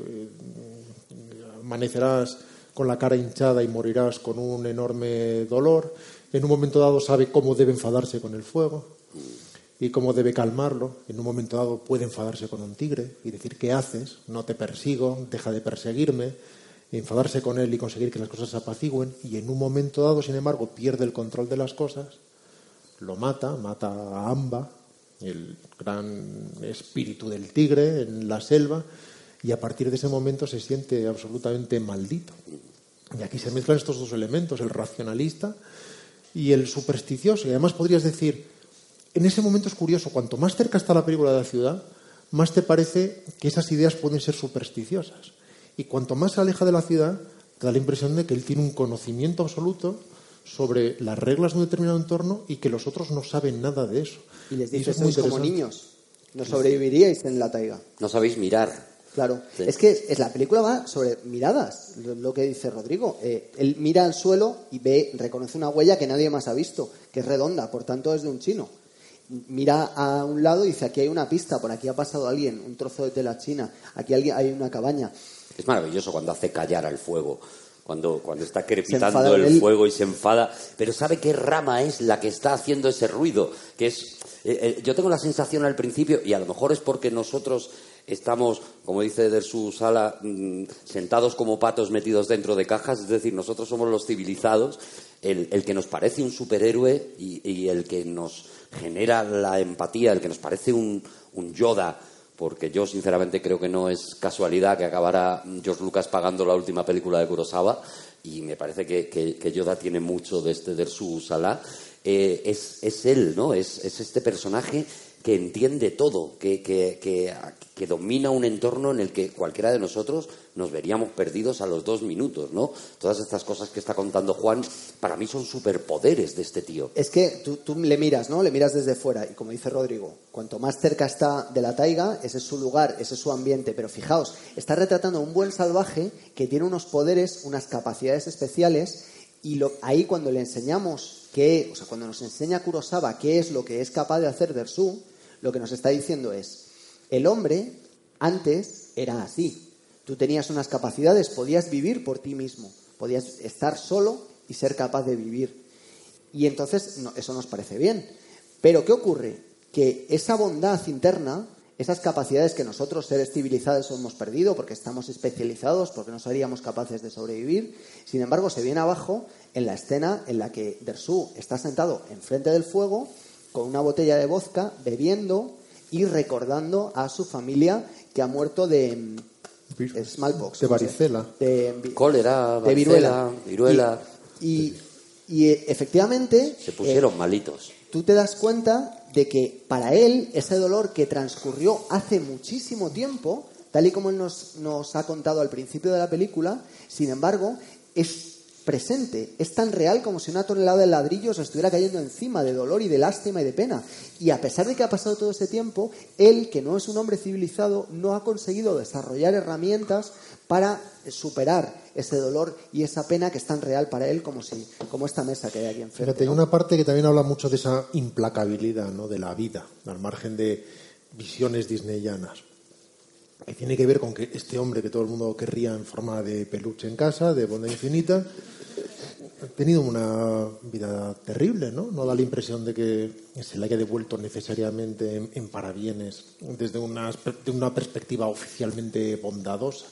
amanecerás con la cara hinchada y morirás con un enorme dolor. En un momento dado sabe cómo debe enfadarse con el fuego y cómo debe calmarlo. En un momento dado puede enfadarse con un tigre y decir: ¿qué haces? No te persigo, deja de perseguirme. Enfadarse con él y conseguir que las cosas se apacigüen. Y en un momento dado, sin embargo, pierde el control de las cosas, lo mata a Amba, el gran espíritu del tigre en la selva, y a partir de ese momento se siente absolutamente maldito. Y aquí se mezclan estos dos elementos, el racionalista y el supersticioso. Y además podrías decir, en ese momento es curioso, cuanto más cerca está la película de la ciudad, más te parece que esas ideas pueden ser supersticiosas. Y cuanto más se aleja de la ciudad, te da la impresión de que él tiene un conocimiento absoluto sobre las reglas de un determinado entorno y que los otros no saben nada de eso. Y les dice: sois como niños, no sobreviviríais en la taiga. No sabéis mirar. Claro, Sí. es que la película va sobre miradas, lo que dice Rodrigo. Él mira al suelo y reconoce una huella que nadie más ha visto, que es redonda, por tanto es de un chino. Mira a un lado y dice: aquí hay una pista, por aquí ha pasado alguien, un trozo de tela china, aquí hay una cabaña. Es maravilloso cuando hace callar al fuego, cuando está Se crepitando enfada el él. fuego y se enfada, pero sabe qué rama es la que está haciendo ese ruido, que es... yo tengo la sensación al principio, y a lo mejor es porque nosotros estamos, como dice Dersu Sala, sentados como patos metidos dentro de cajas, es decir, nosotros somos los civilizados, el que nos parece un superhéroe y el que nos genera la empatía, el que nos parece un Yoda, porque yo sinceramente creo que no es casualidad que acabará George Lucas pagando la última película de Kurosawa, y me parece que Yoda tiene mucho de este Dersu Sala. Es él, ¿no? Es este personaje que entiende todo, que domina un entorno en el que cualquiera de nosotros nos veríamos perdidos a los 2 minutos, ¿no? Todas estas cosas que está contando Juan, para mí son superpoderes de este tío. Es que tú le miras, ¿no? Le miras desde fuera y, como dice Rodrigo, cuanto más cerca está de la taiga, ese es su lugar, ese es su ambiente. Pero fijaos, está retratando a un buen salvaje que tiene unos poderes, unas capacidades especiales, y ahí cuando le enseñamos cuando nos enseña Kurosawa qué es lo que es capaz de hacer Dersu, lo que nos está diciendo es: el hombre antes era así. Tú tenías unas capacidades, podías vivir por ti mismo, podías estar solo y ser capaz de vivir. Y entonces eso nos parece bien. Pero ¿qué ocurre? Que esa bondad interna, esas capacidades que nosotros, seres civilizados, hemos perdido porque estamos especializados, porque no seríamos capaces de sobrevivir, sin embargo se viene abajo en la escena en la que Dersu está sentado enfrente del fuego con una botella de vodka, bebiendo y recordando a su familia que ha muerto de smallpox, de varicela, Cólera, de viruela. Y efectivamente Se pusieron malitos. tú te das cuenta de que para él ese dolor que transcurrió hace muchísimo tiempo, tal y como él nos ha contado al principio de la película, sin embargo, es presente, es tan real como si una tonelada de ladrillos estuviera cayendo encima, de dolor y de lástima y de pena. Y a pesar de que ha pasado todo ese tiempo, él, que no es un hombre civilizado, no ha conseguido desarrollar herramientas para superar ese dolor y esa pena que es tan real para él como esta mesa que hay aquí enfrente. Fíjate, hay una parte que también habla mucho de esa implacabilidad, ¿no?, de la vida, al margen de visiones disneyanas, que tiene que ver con que este hombre que todo el mundo querría en forma de peluche en casa, de bondad infinita, ha tenido una vida terrible, ¿no? No da la impresión de que se le haya devuelto necesariamente en parabienes desde de una perspectiva oficialmente bondadosa.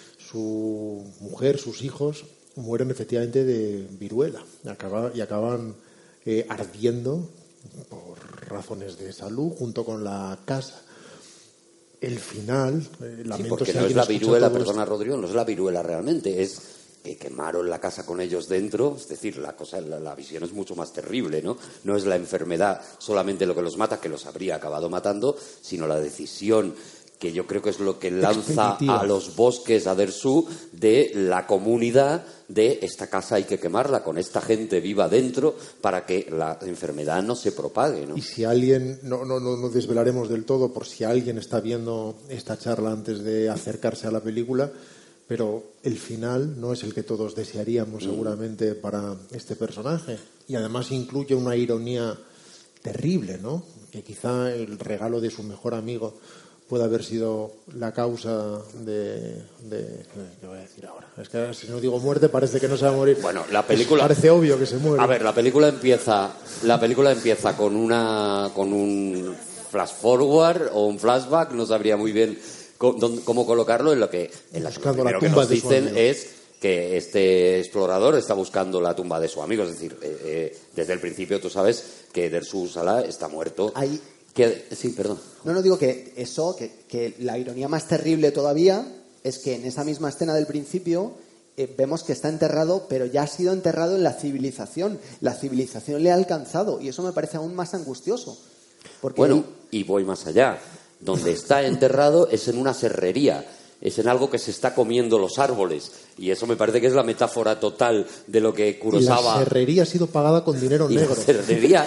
Su mujer, sus hijos mueren efectivamente de viruela y acaban ardiendo por razones de salud junto con la casa. El final, lamento porque si no es alguien la escucha viruela, todo perdona Rodrigo, no es la viruela realmente, es que quemaron la casa con ellos dentro, es decir, la visión es mucho más terrible, ¿no? No es la enfermedad solamente lo que los mata, que los habría acabado matando, sino la decisión que yo creo que es lo que lanza Expeditiva. a los bosques a Dersu de la comunidad de esta casa hay que quemarla con esta gente viva dentro para que la enfermedad no se propague, ¿no? Y si alguien, no desvelaremos del todo por si alguien está viendo esta charla antes de acercarse a la película, pero el final no es el que todos desearíamos seguramente para este personaje. Y además incluye una ironía terrible, ¿no? Que quizá el regalo de su mejor amigo puede haber sido la causa ¿qué voy a decir ahora? Es que si no digo muerte parece que no se va a morir. Bueno, la película Parece obvio que se muere. A ver, la película empieza con un flash forward o un flashback, no sabría muy bien cómo colocarlo, en lo que Buscando lo la primero que tumba nos de su dicen amigo. es que este explorador está buscando la tumba de su amigo, es decir, desde el principio tú sabes que Dersu Salah está muerto. Ahí- Sí, perdón. No digo que eso, que la ironía más terrible todavía es que en esa misma escena del principio vemos que está enterrado, pero ya ha sido enterrado en la civilización. La civilización le ha alcanzado y eso me parece aún más angustioso. Porque Bueno, y voy más allá. Donde está enterrado es en una serrería, es en algo que se está comiendo los árboles. Y eso me parece que es la metáfora total de lo que Y la Kurosawa... serrería ha sido pagada con dinero Y la negro. serrería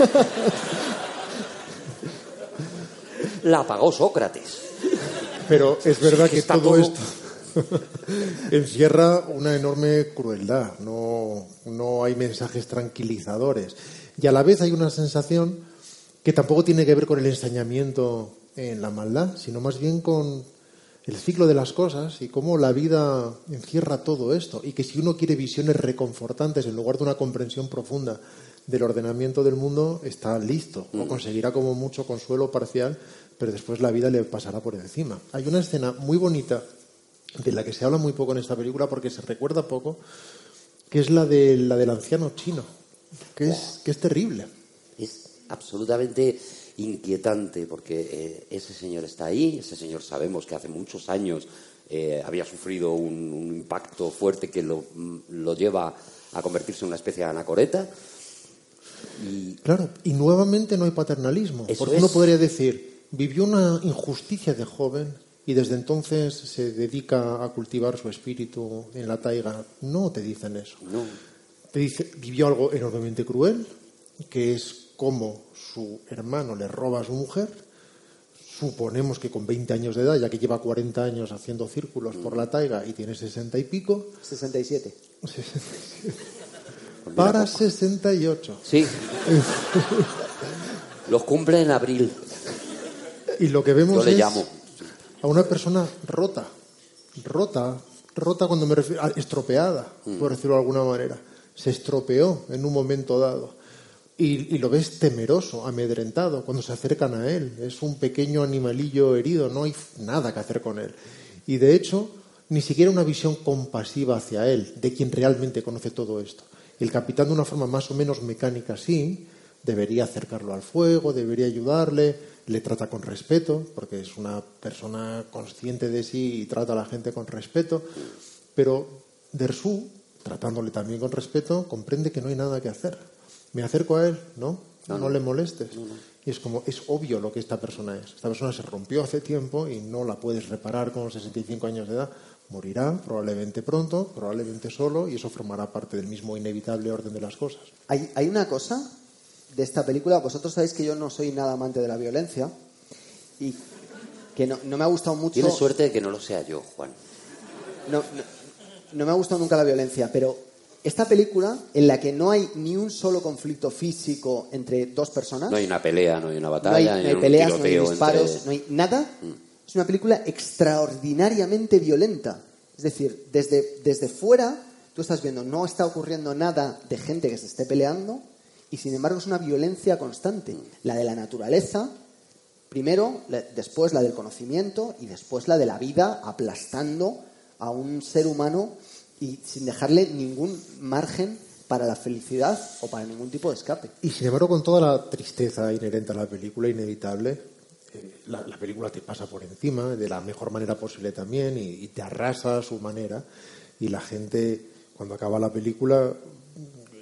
la pagó Sócrates. Pero es verdad que que está todo todo- esto encierra una enorme crueldad. No hay mensajes tranquilizadores. Y a la vez hay una sensación que tampoco tiene que ver con el ensañamiento en la maldad, sino más bien con el ciclo de las cosas y cómo la vida encierra todo esto. Y que si uno quiere visiones reconfortantes en lugar de una comprensión profunda del ordenamiento del mundo, está listo. O conseguirá como mucho consuelo parcial, pero después la vida le pasará por encima. Hay una escena muy bonita de la que se habla muy poco en esta película porque se recuerda poco, que es la del anciano chino, que es terrible. Es absolutamente inquietante porque ese señor está ahí, ese señor sabemos que hace muchos años había sufrido un impacto fuerte que lo lleva a convertirse en una especie de anacoreta. Claro, y nuevamente no hay paternalismo, Eso porque es. uno podría decir, vivió una injusticia de joven y desde entonces se dedica a cultivar su espíritu en la taiga. No te dicen eso. No. Te dice, vivió algo enormemente cruel, que es como su hermano le roba a su mujer. Suponemos que con 20 años de edad, ya que lleva 40 años haciendo círculos por la taiga y tiene 60 y pico, 67. para 68. Sí. Los cumple en abril. Y lo que vemos Yo le es llamo. a una persona rota cuando me refiero a estropeada, por decirlo de alguna manera. Se estropeó en un momento dado. Y lo ves temeroso, amedrentado cuando se acercan a él. Es un pequeño animalillo herido, no hay nada que hacer con él. Y de hecho, ni siquiera una visión compasiva hacia él, de quien realmente conoce todo esto. El capitán, de una forma más o menos mecánica, sí, debería acercarlo al fuego, debería ayudarle, le trata con respeto, porque es una persona consciente de sí y trata a la gente con respeto. Pero Dersu, tratándole también con respeto, comprende que no hay nada que hacer. Me acerco a él, no le molestes. Y es como, es obvio lo que esta persona es. Esta persona se rompió hace tiempo y no la puedes reparar con 65 años de edad. Morirá probablemente pronto, probablemente solo, y eso formará parte del mismo inevitable orden de las cosas. Hay una cosa de esta película, vosotros sabéis que yo no soy nada amante de la violencia y que no me ha gustado mucho. Tienes suerte de que no lo sea yo, Juan. No me ha gustado nunca la violencia, pero esta película, en la que no hay ni un solo conflicto físico entre dos personas, No hay una pelea, no hay una no batalla, hay ni un peleas, no hay tiroteo disparos, entre- no hay nada, es una película extraordinariamente violenta. Es decir, desde fuera tú estás viendo, no está ocurriendo nada de gente que se esté peleando y sin embargo es una violencia constante. La de la naturaleza, primero, después la del conocimiento y después la de la vida aplastando a un ser humano y sin dejarle ningún margen para la felicidad o para ningún tipo de escape. Y sin embargo, con toda la tristeza inherente a la película, inevitable, la película te pasa por encima de la mejor manera posible también y te arrasa a su manera. Y la gente, cuando acaba la película,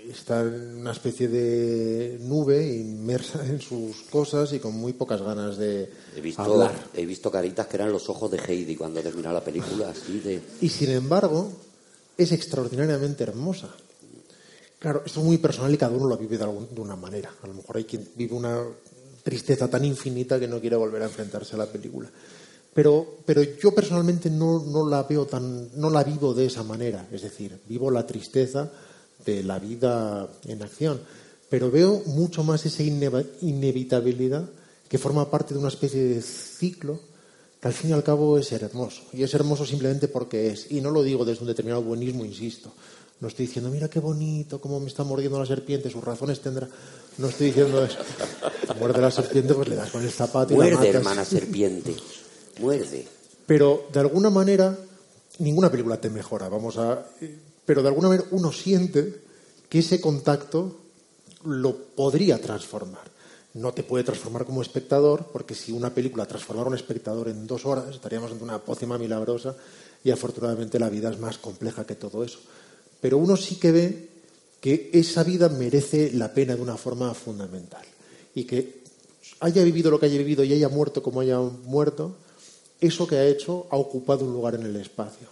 está en una especie de nube inmersa en sus cosas y con muy pocas ganas de hablar. He visto caritas que eran los ojos de Heidi cuando terminaba la película, así de... Y sin embargo, es extraordinariamente hermosa. Claro, esto es muy personal y cada uno lo vive de una manera. A lo mejor hay quien vive una tristeza tan infinita que no quiere volver a enfrentarse a la película. Pero yo personalmente no la veo no la vivo de esa manera. Es decir, vivo la tristeza de la vida en acción. Pero veo mucho más esa inevitabilidad que forma parte de una especie de ciclo que al fin y al cabo es hermoso. Y es hermoso simplemente porque es. Y no lo digo desde un determinado buenismo, insisto. No estoy diciendo, mira qué bonito, cómo me está mordiendo la serpiente, sus razones tendrá. No estoy diciendo eso. Muerde la serpiente, pues le das con el zapato y la matas. Muerde, hermana serpiente. Muerde. Pero de alguna manera, ninguna película te mejora, pero de alguna manera uno siente que ese contacto lo podría transformar. No te puede transformar como espectador, porque si una película transformara a un espectador en 2 horas, estaríamos ante una pócima milagrosa y afortunadamente la vida es más compleja que todo eso. Pero uno sí que ve que esa vida merece la pena de una forma fundamental. Y que haya vivido lo que haya vivido y haya muerto como haya muerto, eso que ha hecho ha ocupado un lugar en el espacio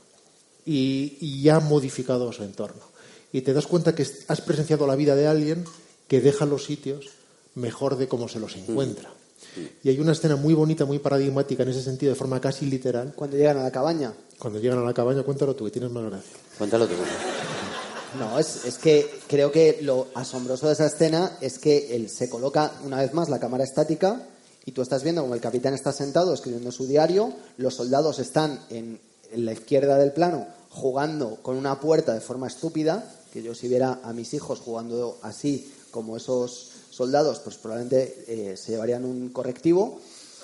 y ha modificado su entorno. Y te das cuenta que has presenciado la vida de alguien que deja los sitios mejor de cómo se los encuentra. Y hay una escena muy bonita, muy paradigmática en ese sentido, de forma casi literal. Cuando llegan a la cabaña. Cuando llegan a la cabaña, cuéntalo tú, que tienes más gracia. Cuéntalo tú. No, es que creo que lo asombroso de esa escena es que él se coloca una vez más la cámara estática y tú estás viendo como el capitán está sentado escribiendo su diario, los soldados están en la izquierda del plano jugando con una puerta de forma estúpida, que yo si viera a mis hijos jugando así como esos soldados, pues probablemente se llevarían un correctivo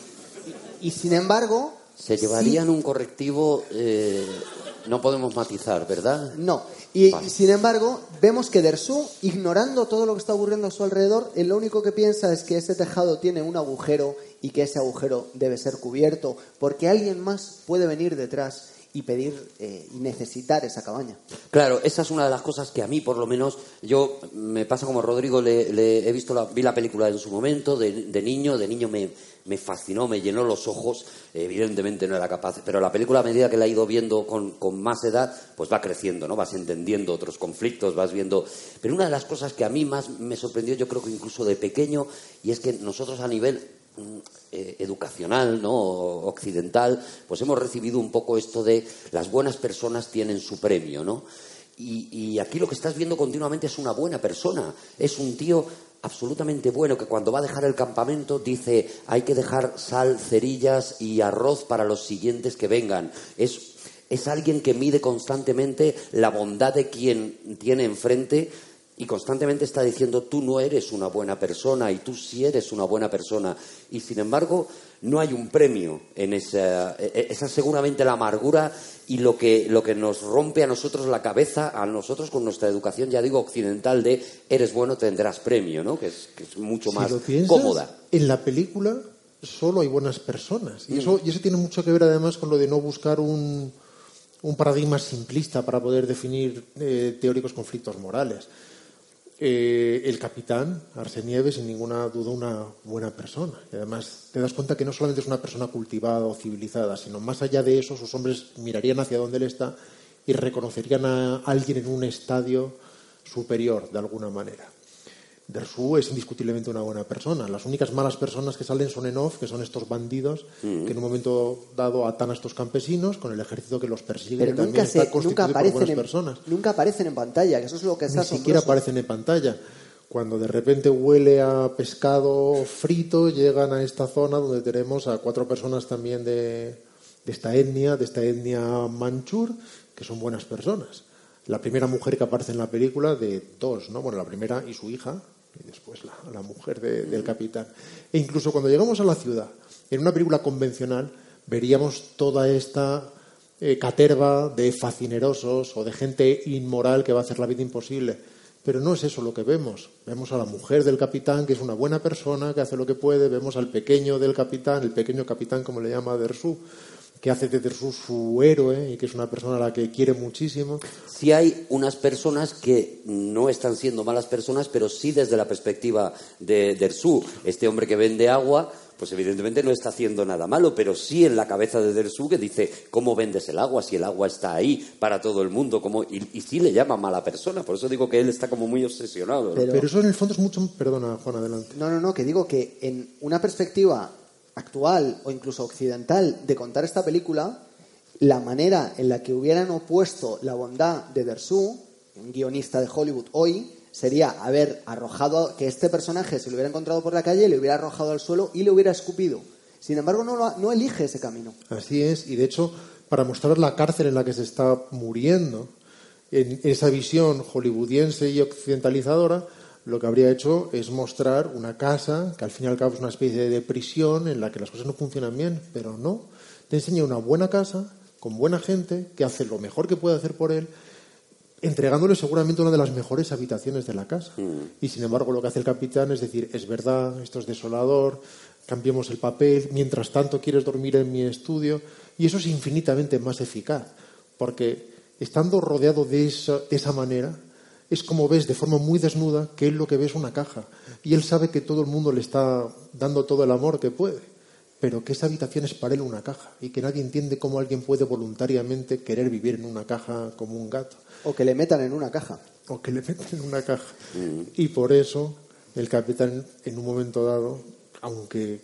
y sin embargo... Se llevarían un correctivo, no podemos matizar, ¿verdad? No, y sin embargo vemos que Dersu, ignorando todo lo que está ocurriendo a su alrededor, lo único que piensa es que ese tejado tiene un agujero y que ese agujero debe ser cubierto porque alguien más puede venir detrás y pedir y necesitar esa cabaña. Claro, esa es una de las cosas que a mí, por lo menos, yo me pasa como Rodrigo, vi la película en su momento, de niño me fascinó, me llenó los ojos, evidentemente no era capaz, pero la película a medida que la he ido viendo con más edad, pues va creciendo, ¿no? Vas entendiendo otros conflictos, vas viendo... Pero una de las cosas que a mí más me sorprendió, yo creo que incluso de pequeño, y es que nosotros a nivel educacional, ¿no? Occidental, pues hemos recibido un poco esto de las buenas personas tienen su premio, ¿no? Y aquí lo que estás viendo continuamente es una buena persona, es un tío absolutamente bueno que cuando va a dejar el campamento dice hay que dejar sal, cerillas y arroz para los siguientes que vengan. Es alguien que mide constantemente la bondad de quien tiene enfrente y constantemente está diciendo tú no eres una buena persona y tú sí eres una buena persona. Y sin embargo no hay un premio en esa es seguramente la amargura y lo que nos rompe a nosotros la cabeza, a nosotros con nuestra educación, ya digo, occidental, de eres bueno, tendrás premio, ¿no? Que es mucho más cómoda. En la película solo hay buenas personas. Y eso tiene mucho que ver además con lo de no buscar un paradigma simplista para poder definir teóricos conflictos morales. El capitán, Arsenieves, sin ninguna duda una buena persona. Y además te das cuenta que no solamente es una persona cultivada o civilizada, sino más allá de eso, sus hombres mirarían hacia donde él está y reconocerían a alguien en un estadio superior, de alguna manera. Dersu es indiscutiblemente una buena persona. Las únicas malas personas que salen son en off, que son estos bandidos que en un momento dado atan a estos campesinos con el ejército que los persigue. Pero nunca aparecen personas. Nunca aparecen en pantalla, que eso es lo que está asombroso. Ni siquiera aparecen en pantalla. Cuando de repente huele a pescado frito, llegan a esta zona donde tenemos a 4 personas también de esta etnia manchur, que son buenas personas. La primera mujer que aparece en la película, de 2, ¿no? Bueno, la primera y su hija, y después la mujer del capitán. E incluso cuando llegamos a la ciudad, en una película convencional, veríamos toda esta caterva de facinerosos o de gente inmoral que va a hacer la vida imposible. Pero no es eso lo que vemos. Vemos a la mujer del capitán, que es una buena persona, que hace lo que puede. Vemos al pequeño del capitán, el pequeño capitán, como le llama Dersu, que hace de Dersu su héroe y que es una persona a la que quiere muchísimo. Sí hay unas personas que no están siendo malas personas, pero sí desde la perspectiva de Dersu. Este hombre que vende agua, pues evidentemente no está haciendo nada malo, pero sí en la cabeza de Dersu que dice, ¿cómo vendes el agua si el agua está ahí para todo el mundo? Y sí le llama mala persona, por eso digo que él está como muy obsesionado, ¿no? Pero eso en el fondo es mucho... Perdona, Juan, adelante. No, que digo que en una perspectiva actual o incluso occidental de contar esta película, la manera en la que hubieran opuesto la bondad de Dersu, un guionista de Hollywood hoy, sería haber arrojado, que este personaje se lo hubiera encontrado por la calle, le hubiera arrojado al suelo y le hubiera escupido. Sin embargo, no elige ese camino. Así es, y de hecho, para mostrar la cárcel en la que se está muriendo, en esa visión hollywoodiense y occidentalizadora, lo que habría hecho es mostrar una casa que al fin y al cabo es una especie de prisión en la que las cosas no funcionan bien, pero no. Te enseña una buena casa, con buena gente, que hace lo mejor que puede hacer por él, entregándole seguramente una de las mejores habitaciones de la casa. Y sin embargo lo que hace el capitán es decir, es verdad, esto es desolador, cambiemos el papel, mientras tanto quieres dormir en mi estudio, y eso es infinitamente más eficaz, porque estando rodeado de esa manera, es como ves de forma muy desnuda que él lo que ve es una caja, y él sabe que todo el mundo le está dando todo el amor que puede, pero que esa habitación es para él una caja, y que nadie entiende cómo alguien puede voluntariamente querer vivir en una caja como un gato. O que le metan en una caja. O que le metan en una caja. Y por eso el capitán, en un momento dado, aunque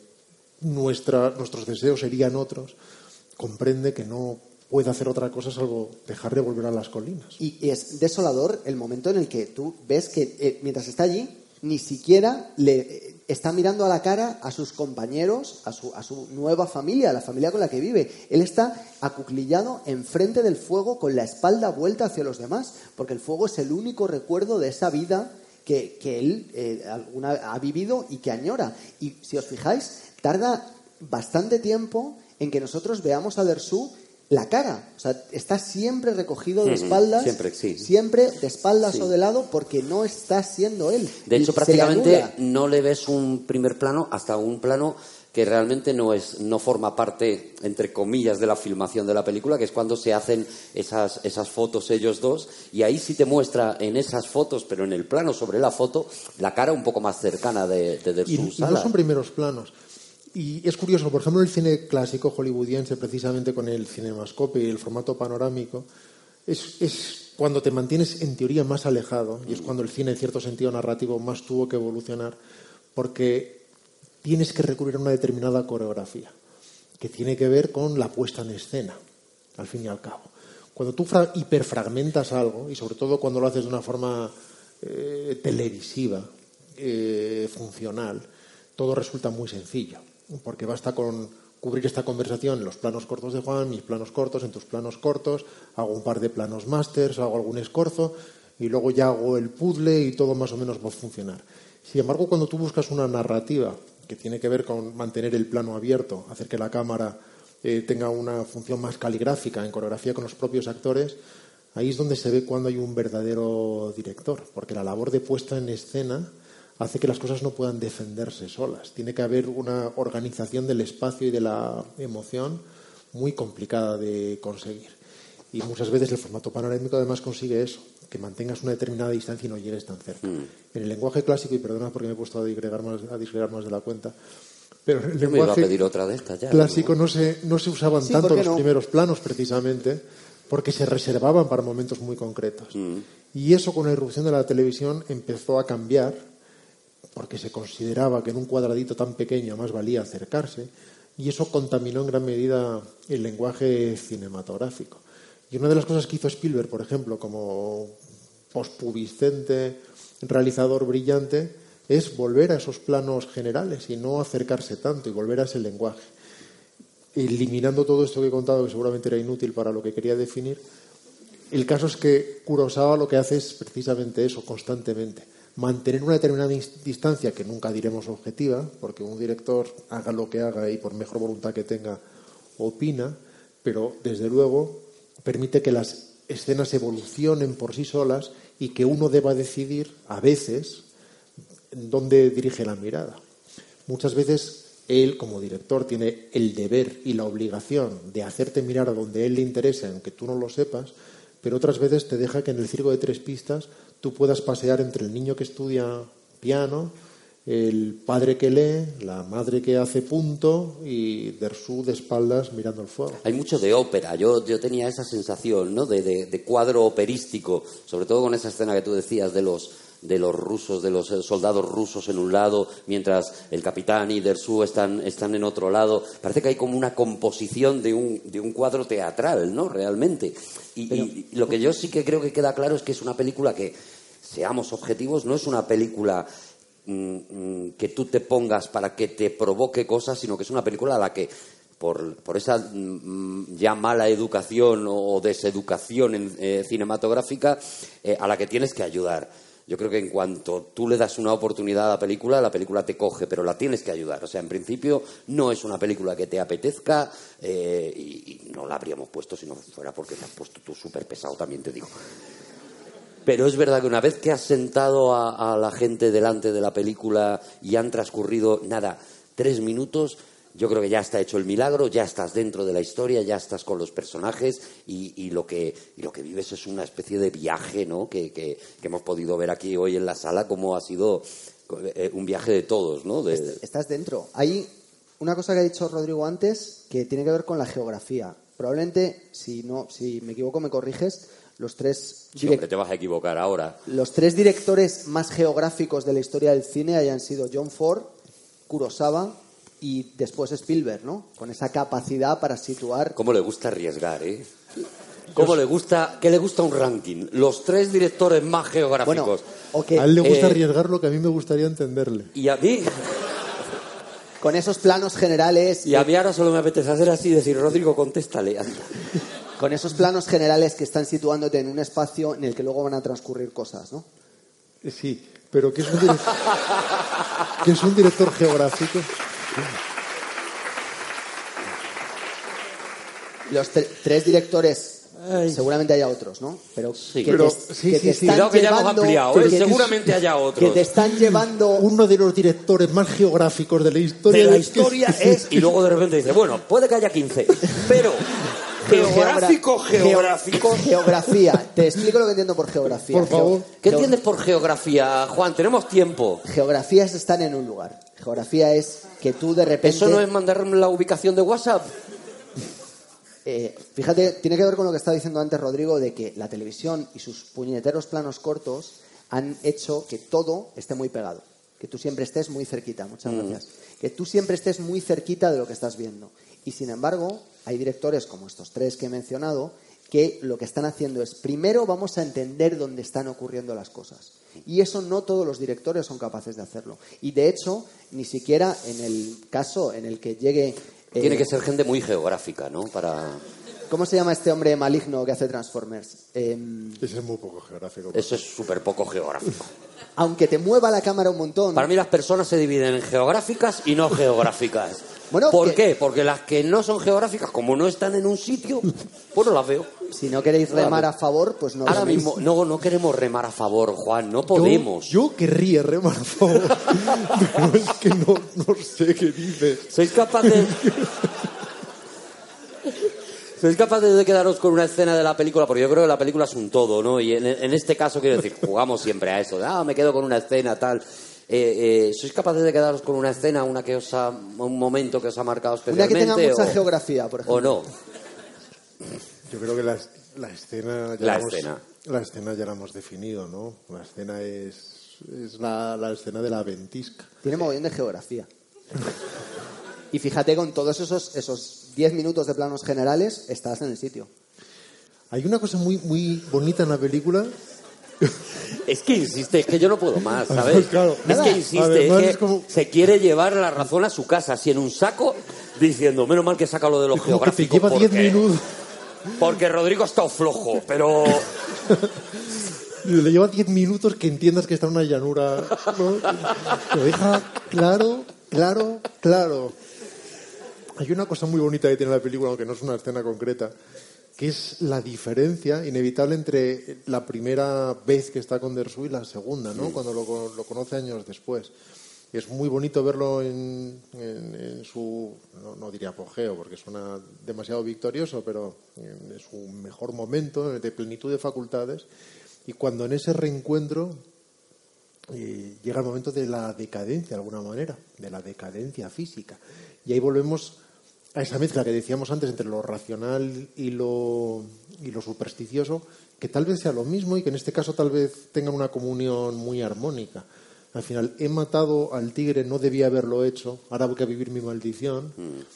nuestros deseos serían otros, comprende que no puede hacer otra cosa salvo dejar de volver a las colinas. Y es desolador el momento en el que tú ves que mientras está allí, ni siquiera le está mirando a la cara a sus compañeros, a su nueva familia, a la familia con la que vive. Él está acuclillado enfrente del fuego con la espalda vuelta hacia los demás, porque el fuego es el único recuerdo de esa vida que él ha vivido y que añora. Y si os fijáis, tarda bastante tiempo en que nosotros veamos a Dersu la cara. O sea, está siempre recogido de espaldas. Siempre, sí. Siempre de espaldas Sí. o de lado, porque no está siendo él. De hecho, Se prácticamente le anula. no le ves un primer plano hasta un plano que realmente no forma parte, entre comillas, de la filmación de la película, que es cuando se hacen esas fotos ellos dos, y ahí sí te muestra en esas fotos, pero en el plano sobre la foto, la cara un poco más cercana de Y sus no son primeros planos. Y es curioso, por ejemplo, el cine clásico hollywoodiense, precisamente con el cinemascope y el formato panorámico, es cuando te mantienes en teoría más alejado, y es cuando el cine, en cierto sentido narrativo, más tuvo que evolucionar, porque tienes que recurrir a una determinada coreografía, que tiene que ver con la puesta en escena, al fin y al cabo. Cuando tú hiperfragmentas algo, y sobre todo cuando lo haces de una forma televisiva, funcional, todo resulta muy sencillo, porque basta con cubrir esta conversación en los planos cortos de Juan, mis planos cortos, en tus planos cortos, hago un par de planos masters, hago algún escorzo y luego ya hago el puzzle y todo más o menos va a funcionar. Sin embargo, cuando tú buscas una narrativa que tiene que ver con mantener el plano abierto, hacer que la cámara tenga una función más caligráfica en coreografía con los propios actores, ahí es donde se ve cuando hay un verdadero director, porque la labor de puesta en escena hace que las cosas no puedan defenderse solas. Tiene que haber una organización del espacio y de la emoción muy complicada de conseguir. Y muchas veces el formato panorámico además consigue eso, que mantengas una determinada distancia y no llegues tan cerca. En el lenguaje clásico, y perdona porque me he puesto a disgregar más de la cuenta, pero en el Yo me iba a lenguaje pedir otra de estas ya. clásico no se usaban Sí, tanto ¿por qué los no? primeros planos precisamente porque se reservaban para momentos muy concretos. Y eso con la irrupción de la televisión empezó a cambiar, porque se consideraba que en un cuadradito tan pequeño más valía acercarse, y eso contaminó en gran medida el lenguaje cinematográfico. Y una de las cosas que hizo Spielberg, por ejemplo, como pospubescente realizador brillante, es volver a esos planos generales y no acercarse tanto y volver a ese lenguaje. Eliminando todo esto que he contado, que seguramente era inútil para lo que quería definir, el caso es que Kurosawa lo que hace es precisamente eso, constantemente. Mantener una determinada distancia que nunca diremos objetiva, porque un director haga lo que haga y por mejor voluntad que tenga opina, pero desde luego permite que las escenas evolucionen por sí solas y que uno deba decidir a veces dónde dirige la mirada. Muchas veces él, como director, tiene el deber y la obligación de hacerte mirar a donde a él le interesa, aunque tú no lo sepas, pero otras veces te deja que en el circo de 3 pistas tú puedas pasear entre el niño que estudia piano, el padre que lee, la madre que hace punto y Dersu de espaldas mirando el fuego. Hay mucho de ópera. Yo tenía esa sensación, ¿no? de cuadro operístico, sobre todo con esa escena que tú decías de los rusos, de los soldados rusos en un lado, mientras el capitán y Dersu están en otro lado. Parece que hay como una composición de un cuadro teatral, ¿no? Realmente. Y lo que yo sí que creo que queda claro es que es una película que, seamos objetivos, no es una película que tú te pongas para que te provoque cosas, sino que es una película a la que por esa ya mala educación o deseducación cinematográfica a la que tienes que ayudar. Yo creo que en cuanto tú le das una oportunidad a la película te coge, pero la tienes que ayudar. O sea, en principio no es una película que te apetezca y no la habríamos puesto si no fuera porque te has puesto tú súper pesado, también te digo. Pero es verdad que una vez que has sentado a la gente delante de la película y han transcurrido, 3 minutos, yo creo que ya está hecho el milagro, ya estás dentro de la historia, ya estás con los personajes y lo que vives es una especie de viaje, ¿no? que hemos podido ver aquí hoy en la sala, como ha sido un viaje de todos, ¿no? Estás dentro. Hay una cosa que ha dicho Rodrigo antes que tiene que ver con la geografía. Probablemente, si me equivoco, me corriges. Los 3 te vas a equivocar ahora. Los 3 directores más geográficos de la historia del cine hayan sido John Ford, Kurosawa y después Spielberg, ¿no? Con esa capacidad para situar... ¿Cómo le gusta arriesgar, eh? ¿Qué le gusta un ranking? Los 3 directores más geográficos. Bueno, okay. A él le gusta arriesgar lo que a mí me gustaría entenderle. Y a mí... Con esos planos generales... Y a mí ahora solo me apetece hacer así y decir, Rodrigo, contéstale, anda. Con esos planos generales que están situándote en un espacio en el que luego van a transcurrir cosas, ¿no? Sí, pero ¿qué es un director geográfico? Los 3 directores... Seguramente haya otros, ¿no? Pero sí. Que te están Cuidado que ya hemos llevando, ampliado, seguramente haya otros. Que te están llevando... Uno de los directores más geográficos de la historia. De la historia es... Y luego de repente dice, bueno, puede que haya 15, pero... Geografía. Te explico lo que entiendo por geografía. Por favor. ¿Qué entiendes por geografía, Juan? Tenemos tiempo. Geografía es estar en un lugar. Geografía es que tú de repente... ¿Eso no es mandar la ubicación de WhatsApp? Fíjate, tiene que ver con lo que estaba diciendo antes Rodrigo, de que la televisión y sus puñeteros planos cortos han hecho que todo esté muy pegado. Que tú siempre estés muy cerquita. Muchas gracias. Que tú siempre estés muy cerquita de lo que estás viendo. Y sin embargo, hay directores como estos 3 que he mencionado que lo que están haciendo es, primero vamos a entender dónde están ocurriendo las cosas. Y eso no todos los directores son capaces de hacerlo. Y de hecho, ni siquiera en el caso en el que llegue... Tiene que ser gente muy geográfica, ¿no? ¿Cómo se llama este hombre maligno que hace Transformers? Ese es muy poco geográfico. Eso es súper poco geográfico. Aunque te mueva la cámara un montón... Para mí las personas se dividen en geográficas y no geográficas. Bueno, ¿Por qué? Porque las que no son geográficas, como no están en un sitio, pues no las veo. Si no queréis remar a favor, pues no. Ahora mismo no queremos remar a favor, Juan, no podemos. Yo querría remar a favor, pero es que no sé qué dices. ¿Sois capaces de quedaros con una escena de la película? Porque yo creo que la película es un todo, ¿no? Y en este caso, quiero decir, jugamos siempre a eso. Me quedo con una escena, tal... ¿sois capaces de quedaros con una escena, un momento que os ha marcado especialmente? Una que tenga mucha geografía, por ejemplo. ¿O no? Yo creo que la escena... La escena ya la hemos definido, ¿no? La escena es la escena de la ventisca. Tiene mogollón de geografía. Y fíjate, con todos esos 10 minutos de planos generales, estás en el sitio. Hay una cosa muy, muy bonita en la película... Es que insiste, es que yo no puedo más, ¿sabes? Claro. Es que insiste, es que se quiere llevar la razón a su casa, así en un saco, diciendo, menos mal que saca lo de los geográficos. Que te lleva 10 minutos. Porque Rodrigo ha estado flojo, pero... Le lleva 10 minutos que entiendas que está en una llanura, ¿no? Lo deja claro. Hay una cosa muy bonita que tiene la película, aunque no es una escena concreta, que es la diferencia inevitable entre la primera vez que está con Dersu y la segunda, ¿no? Cuando lo conoce años después. Es muy bonito verlo en su, no diría apogeo, porque suena demasiado victorioso, pero en su mejor momento, de plenitud de facultades. Y cuando en ese reencuentro llega el momento de la decadencia, de alguna manera, de la decadencia física. Y ahí volvemos a esa mezcla que decíamos antes entre lo racional y lo supersticioso, que tal vez sea lo mismo y que en este caso tal vez tengan una comunión muy armónica. Al final, he matado al tigre, no debía haberlo hecho, ahora voy a vivir mi maldición.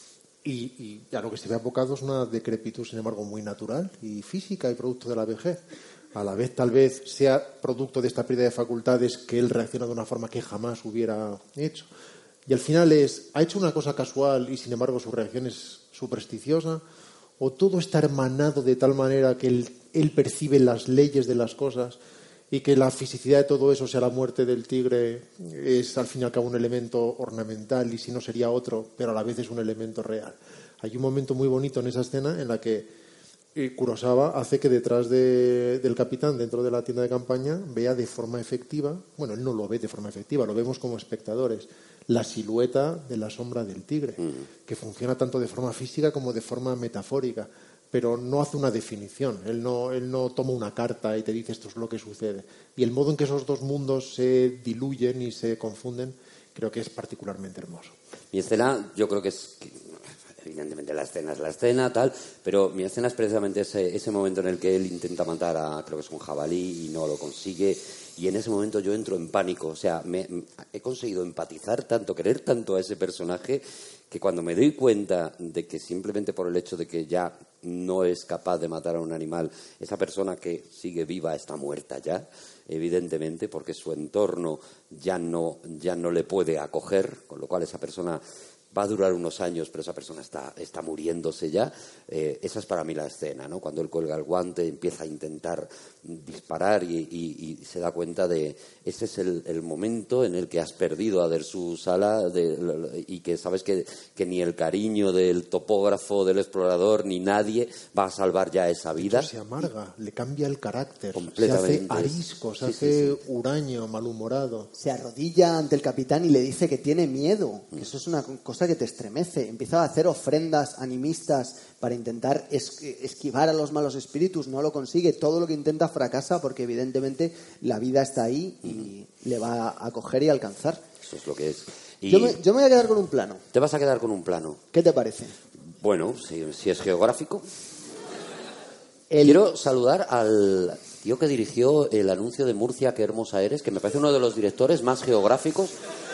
Y a lo que se ve abocado es una decrepitud, sin embargo, muy natural y física y producto de la vejez. A la vez, tal vez, sea producto de esta pérdida de facultades que él reacciona de una forma que jamás hubiera hecho. Y al final ha hecho una cosa casual y, sin embargo, su reacción es supersticiosa. O todo está hermanado de tal manera que él percibe las leyes de las cosas y que la fisicidad de todo eso, sea la muerte del tigre, es al fin y al cabo un elemento ornamental y si no sería otro, pero a la vez es un elemento real. Hay un momento muy bonito en esa escena en la que Kurosawa hace que detrás del capitán, dentro de la tienda de campaña, vea de forma efectiva, bueno, él no lo ve de forma efectiva, lo vemos como espectadores, la silueta de la sombra del tigre, que funciona tanto de forma física como de forma metafórica, pero no hace una definición. Él no toma una carta y te dice esto es lo que sucede. Y el modo en que esos dos mundos se diluyen y se confunden creo que es particularmente hermoso. Mi escena, yo creo que es... Evidentemente la escena es la escena, tal, pero mi escena es precisamente ese momento en el que él intenta matar a, creo que es un jabalí, y no lo consigue, y en ese momento yo entro en pánico. O sea, he conseguido empatizar tanto, querer tanto a ese personaje, que cuando me doy cuenta de que simplemente por el hecho de que ya no es capaz de matar a un animal, esa persona que sigue viva está muerta ya, evidentemente, porque su entorno ya no le puede acoger, con lo cual esa persona va a durar unos años, pero esa persona está muriéndose ya. Esa es para mí la escena, ¿no? Cuando él cuelga el guante, empieza a intentar disparar y se da cuenta de... Ese es el momento en el que has perdido a Dersu Sala y que sabes que ni el cariño del topógrafo, del explorador, ni nadie va a salvar ya esa vida. Se amarga, le cambia el carácter, completamente. Se hace arisco, se hace huraño, malhumorado. Se arrodilla ante el capitán y le dice que tiene miedo, que eso es una cosa que te estremece. Empieza a hacer ofrendas animistas para intentar esquivar a los malos espíritus, no lo consigue, todo lo que intenta fracasa porque evidentemente la vida está ahí y le va a coger y alcanzar. Eso es lo que es. Y yo me voy a quedar con un plano. ¿Te vas a quedar con un plano? ¿Qué te parece? Bueno, si es geográfico. Quiero saludar al tío que dirigió el anuncio de Qué hermosa eres, que me parece uno de los directores más geográficos.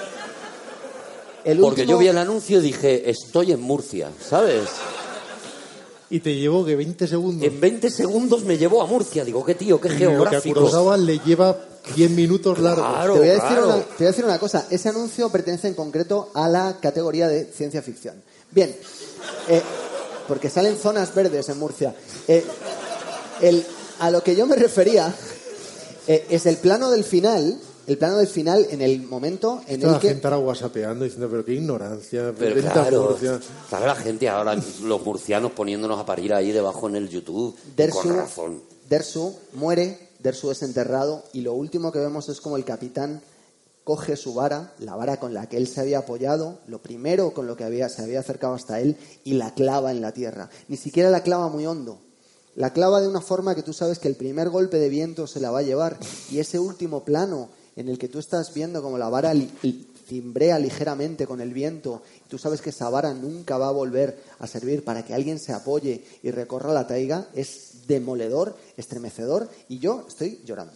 Porque yo vi el anuncio y dije, estoy en Murcia, ¿sabes? Y te llevó que 20 segundos. En 20 segundos me llevó a Murcia. Digo, qué tío, qué geográfico. Lo que a Kurosawa le lleva 10 minutos largos. Claro, te voy a decir una cosa. Ese anuncio pertenece en concreto a la categoría de ciencia ficción. Bien, porque salen zonas verdes en Murcia. A lo que yo me refería es el plano del final. El plano del final en el momento en el que... La gente ahora whatsappeando diciendo, pero qué ignorancia. Pero claro, la gente ahora, los murcianos poniéndonos a parir ahí debajo en el YouTube. Con razón. Dersu muere, Dersu es enterrado y lo último que vemos es como el capitán coge su vara, la vara con la que él se había apoyado, lo primero con lo que se había acercado hasta él, y la clava en la tierra. Ni siquiera la clava muy hondo. La clava de una forma que tú sabes que el primer golpe de viento se la va a llevar, y ese último plano en el que tú estás viendo como la vara cimbrea ligeramente con el viento, y tú sabes que esa vara nunca va a volver a servir para que alguien se apoye y recorra la taiga, es demoledor, estremecedor, y yo estoy llorando.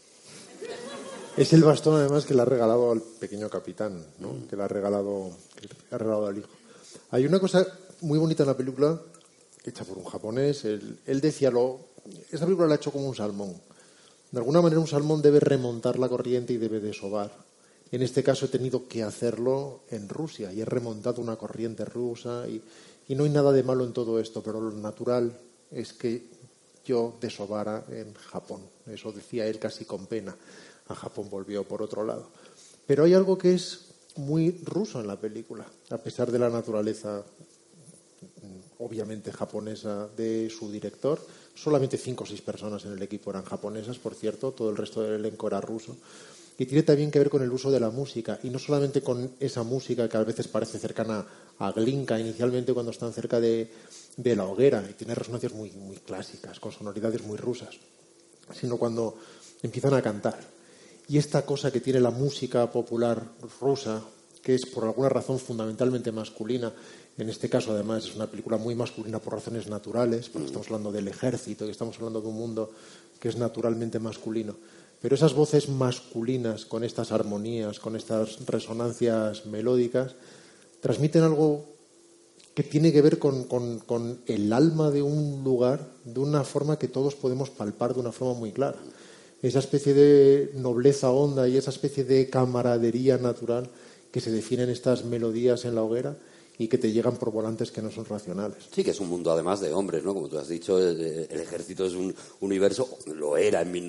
Es el bastón además que le ha regalado al pequeño capitán, ¿no? Que le ha regalado al hijo. Hay una cosa muy bonita en la película, hecha por un japonés. Él decía, esta película la ha hecho como un salmón. De alguna manera un salmón debe remontar la corriente y debe desovar. En este caso he tenido que hacerlo en Rusia y he remontado una corriente rusa y no hay nada de malo en todo esto, pero lo natural es que yo desovara en Japón. Eso decía él casi con pena. A Japón volvió por otro lado. Pero hay algo que es muy ruso en la película, a pesar de la naturaleza obviamente japonesa de su director. Solamente 5 o 6 personas en el equipo eran japonesas, por cierto, todo el resto del elenco era ruso. que tiene también que ver con el uso de la música, y no solamente con esa música que a veces parece cercana a Glinka inicialmente cuando están cerca de la hoguera, y tiene resonancias muy, muy clásicas, con sonoridades muy rusas, sino cuando empiezan a cantar. Y esta cosa que tiene la música popular rusa, que es por alguna razón fundamentalmente masculina, en este caso además es una película muy masculina por razones naturales, porque estamos hablando del ejército y estamos hablando de un mundo que es naturalmente masculino. Pero esas voces masculinas, con estas armonías, con estas resonancias melódicas, transmiten algo que tiene que ver con el alma de un lugar de una forma que todos podemos palpar de una forma muy clara. Esa especie de nobleza honda y esa especie de camaradería natural que se define en estas melodías en la hoguera y que te llegan por volantes que no son racionales. Sí, que es un mundo además de hombres, ¿no? Como tú has dicho, el ejército es un universo, lo era en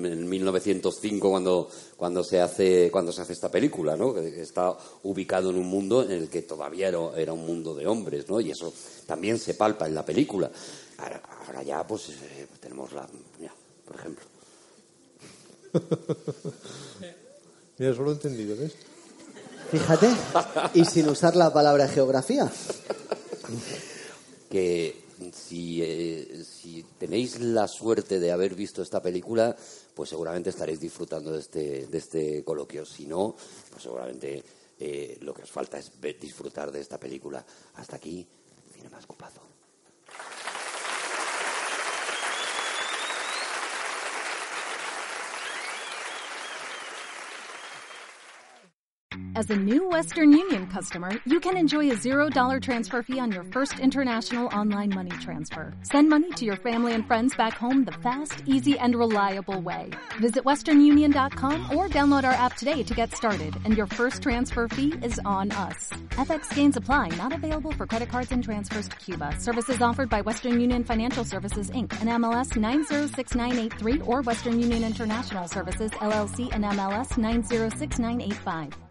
1905 cuando se hace esta película, ¿no? Que está ubicado en un mundo en el que todavía era un mundo de hombres, ¿no? Y eso también se palpa en la película. Ahora ya, pues, tenemos mira, por ejemplo. Mira, eso lo he entendido, ¿ves? Fíjate, y sin usar la palabra geografía. Que si tenéis la suerte de haber visto esta película, pues seguramente estaréis disfrutando de este coloquio. Si no, pues seguramente lo que os falta es disfrutar de esta película. Hasta aquí, Cinema Escupazo. As a new Western Union customer, you can enjoy a $0 transfer fee on your first international online money transfer. Send money to your family and friends back home the fast, easy, and reliable way. Visit westernunion.com or download our app today to get started, and your first transfer fee is on us. FX gains apply, not available for credit cards and transfers to Cuba. Services offered by Western Union Financial Services, Inc., and MLS 906983, or Western Union International Services, LLC, and MLS 906985.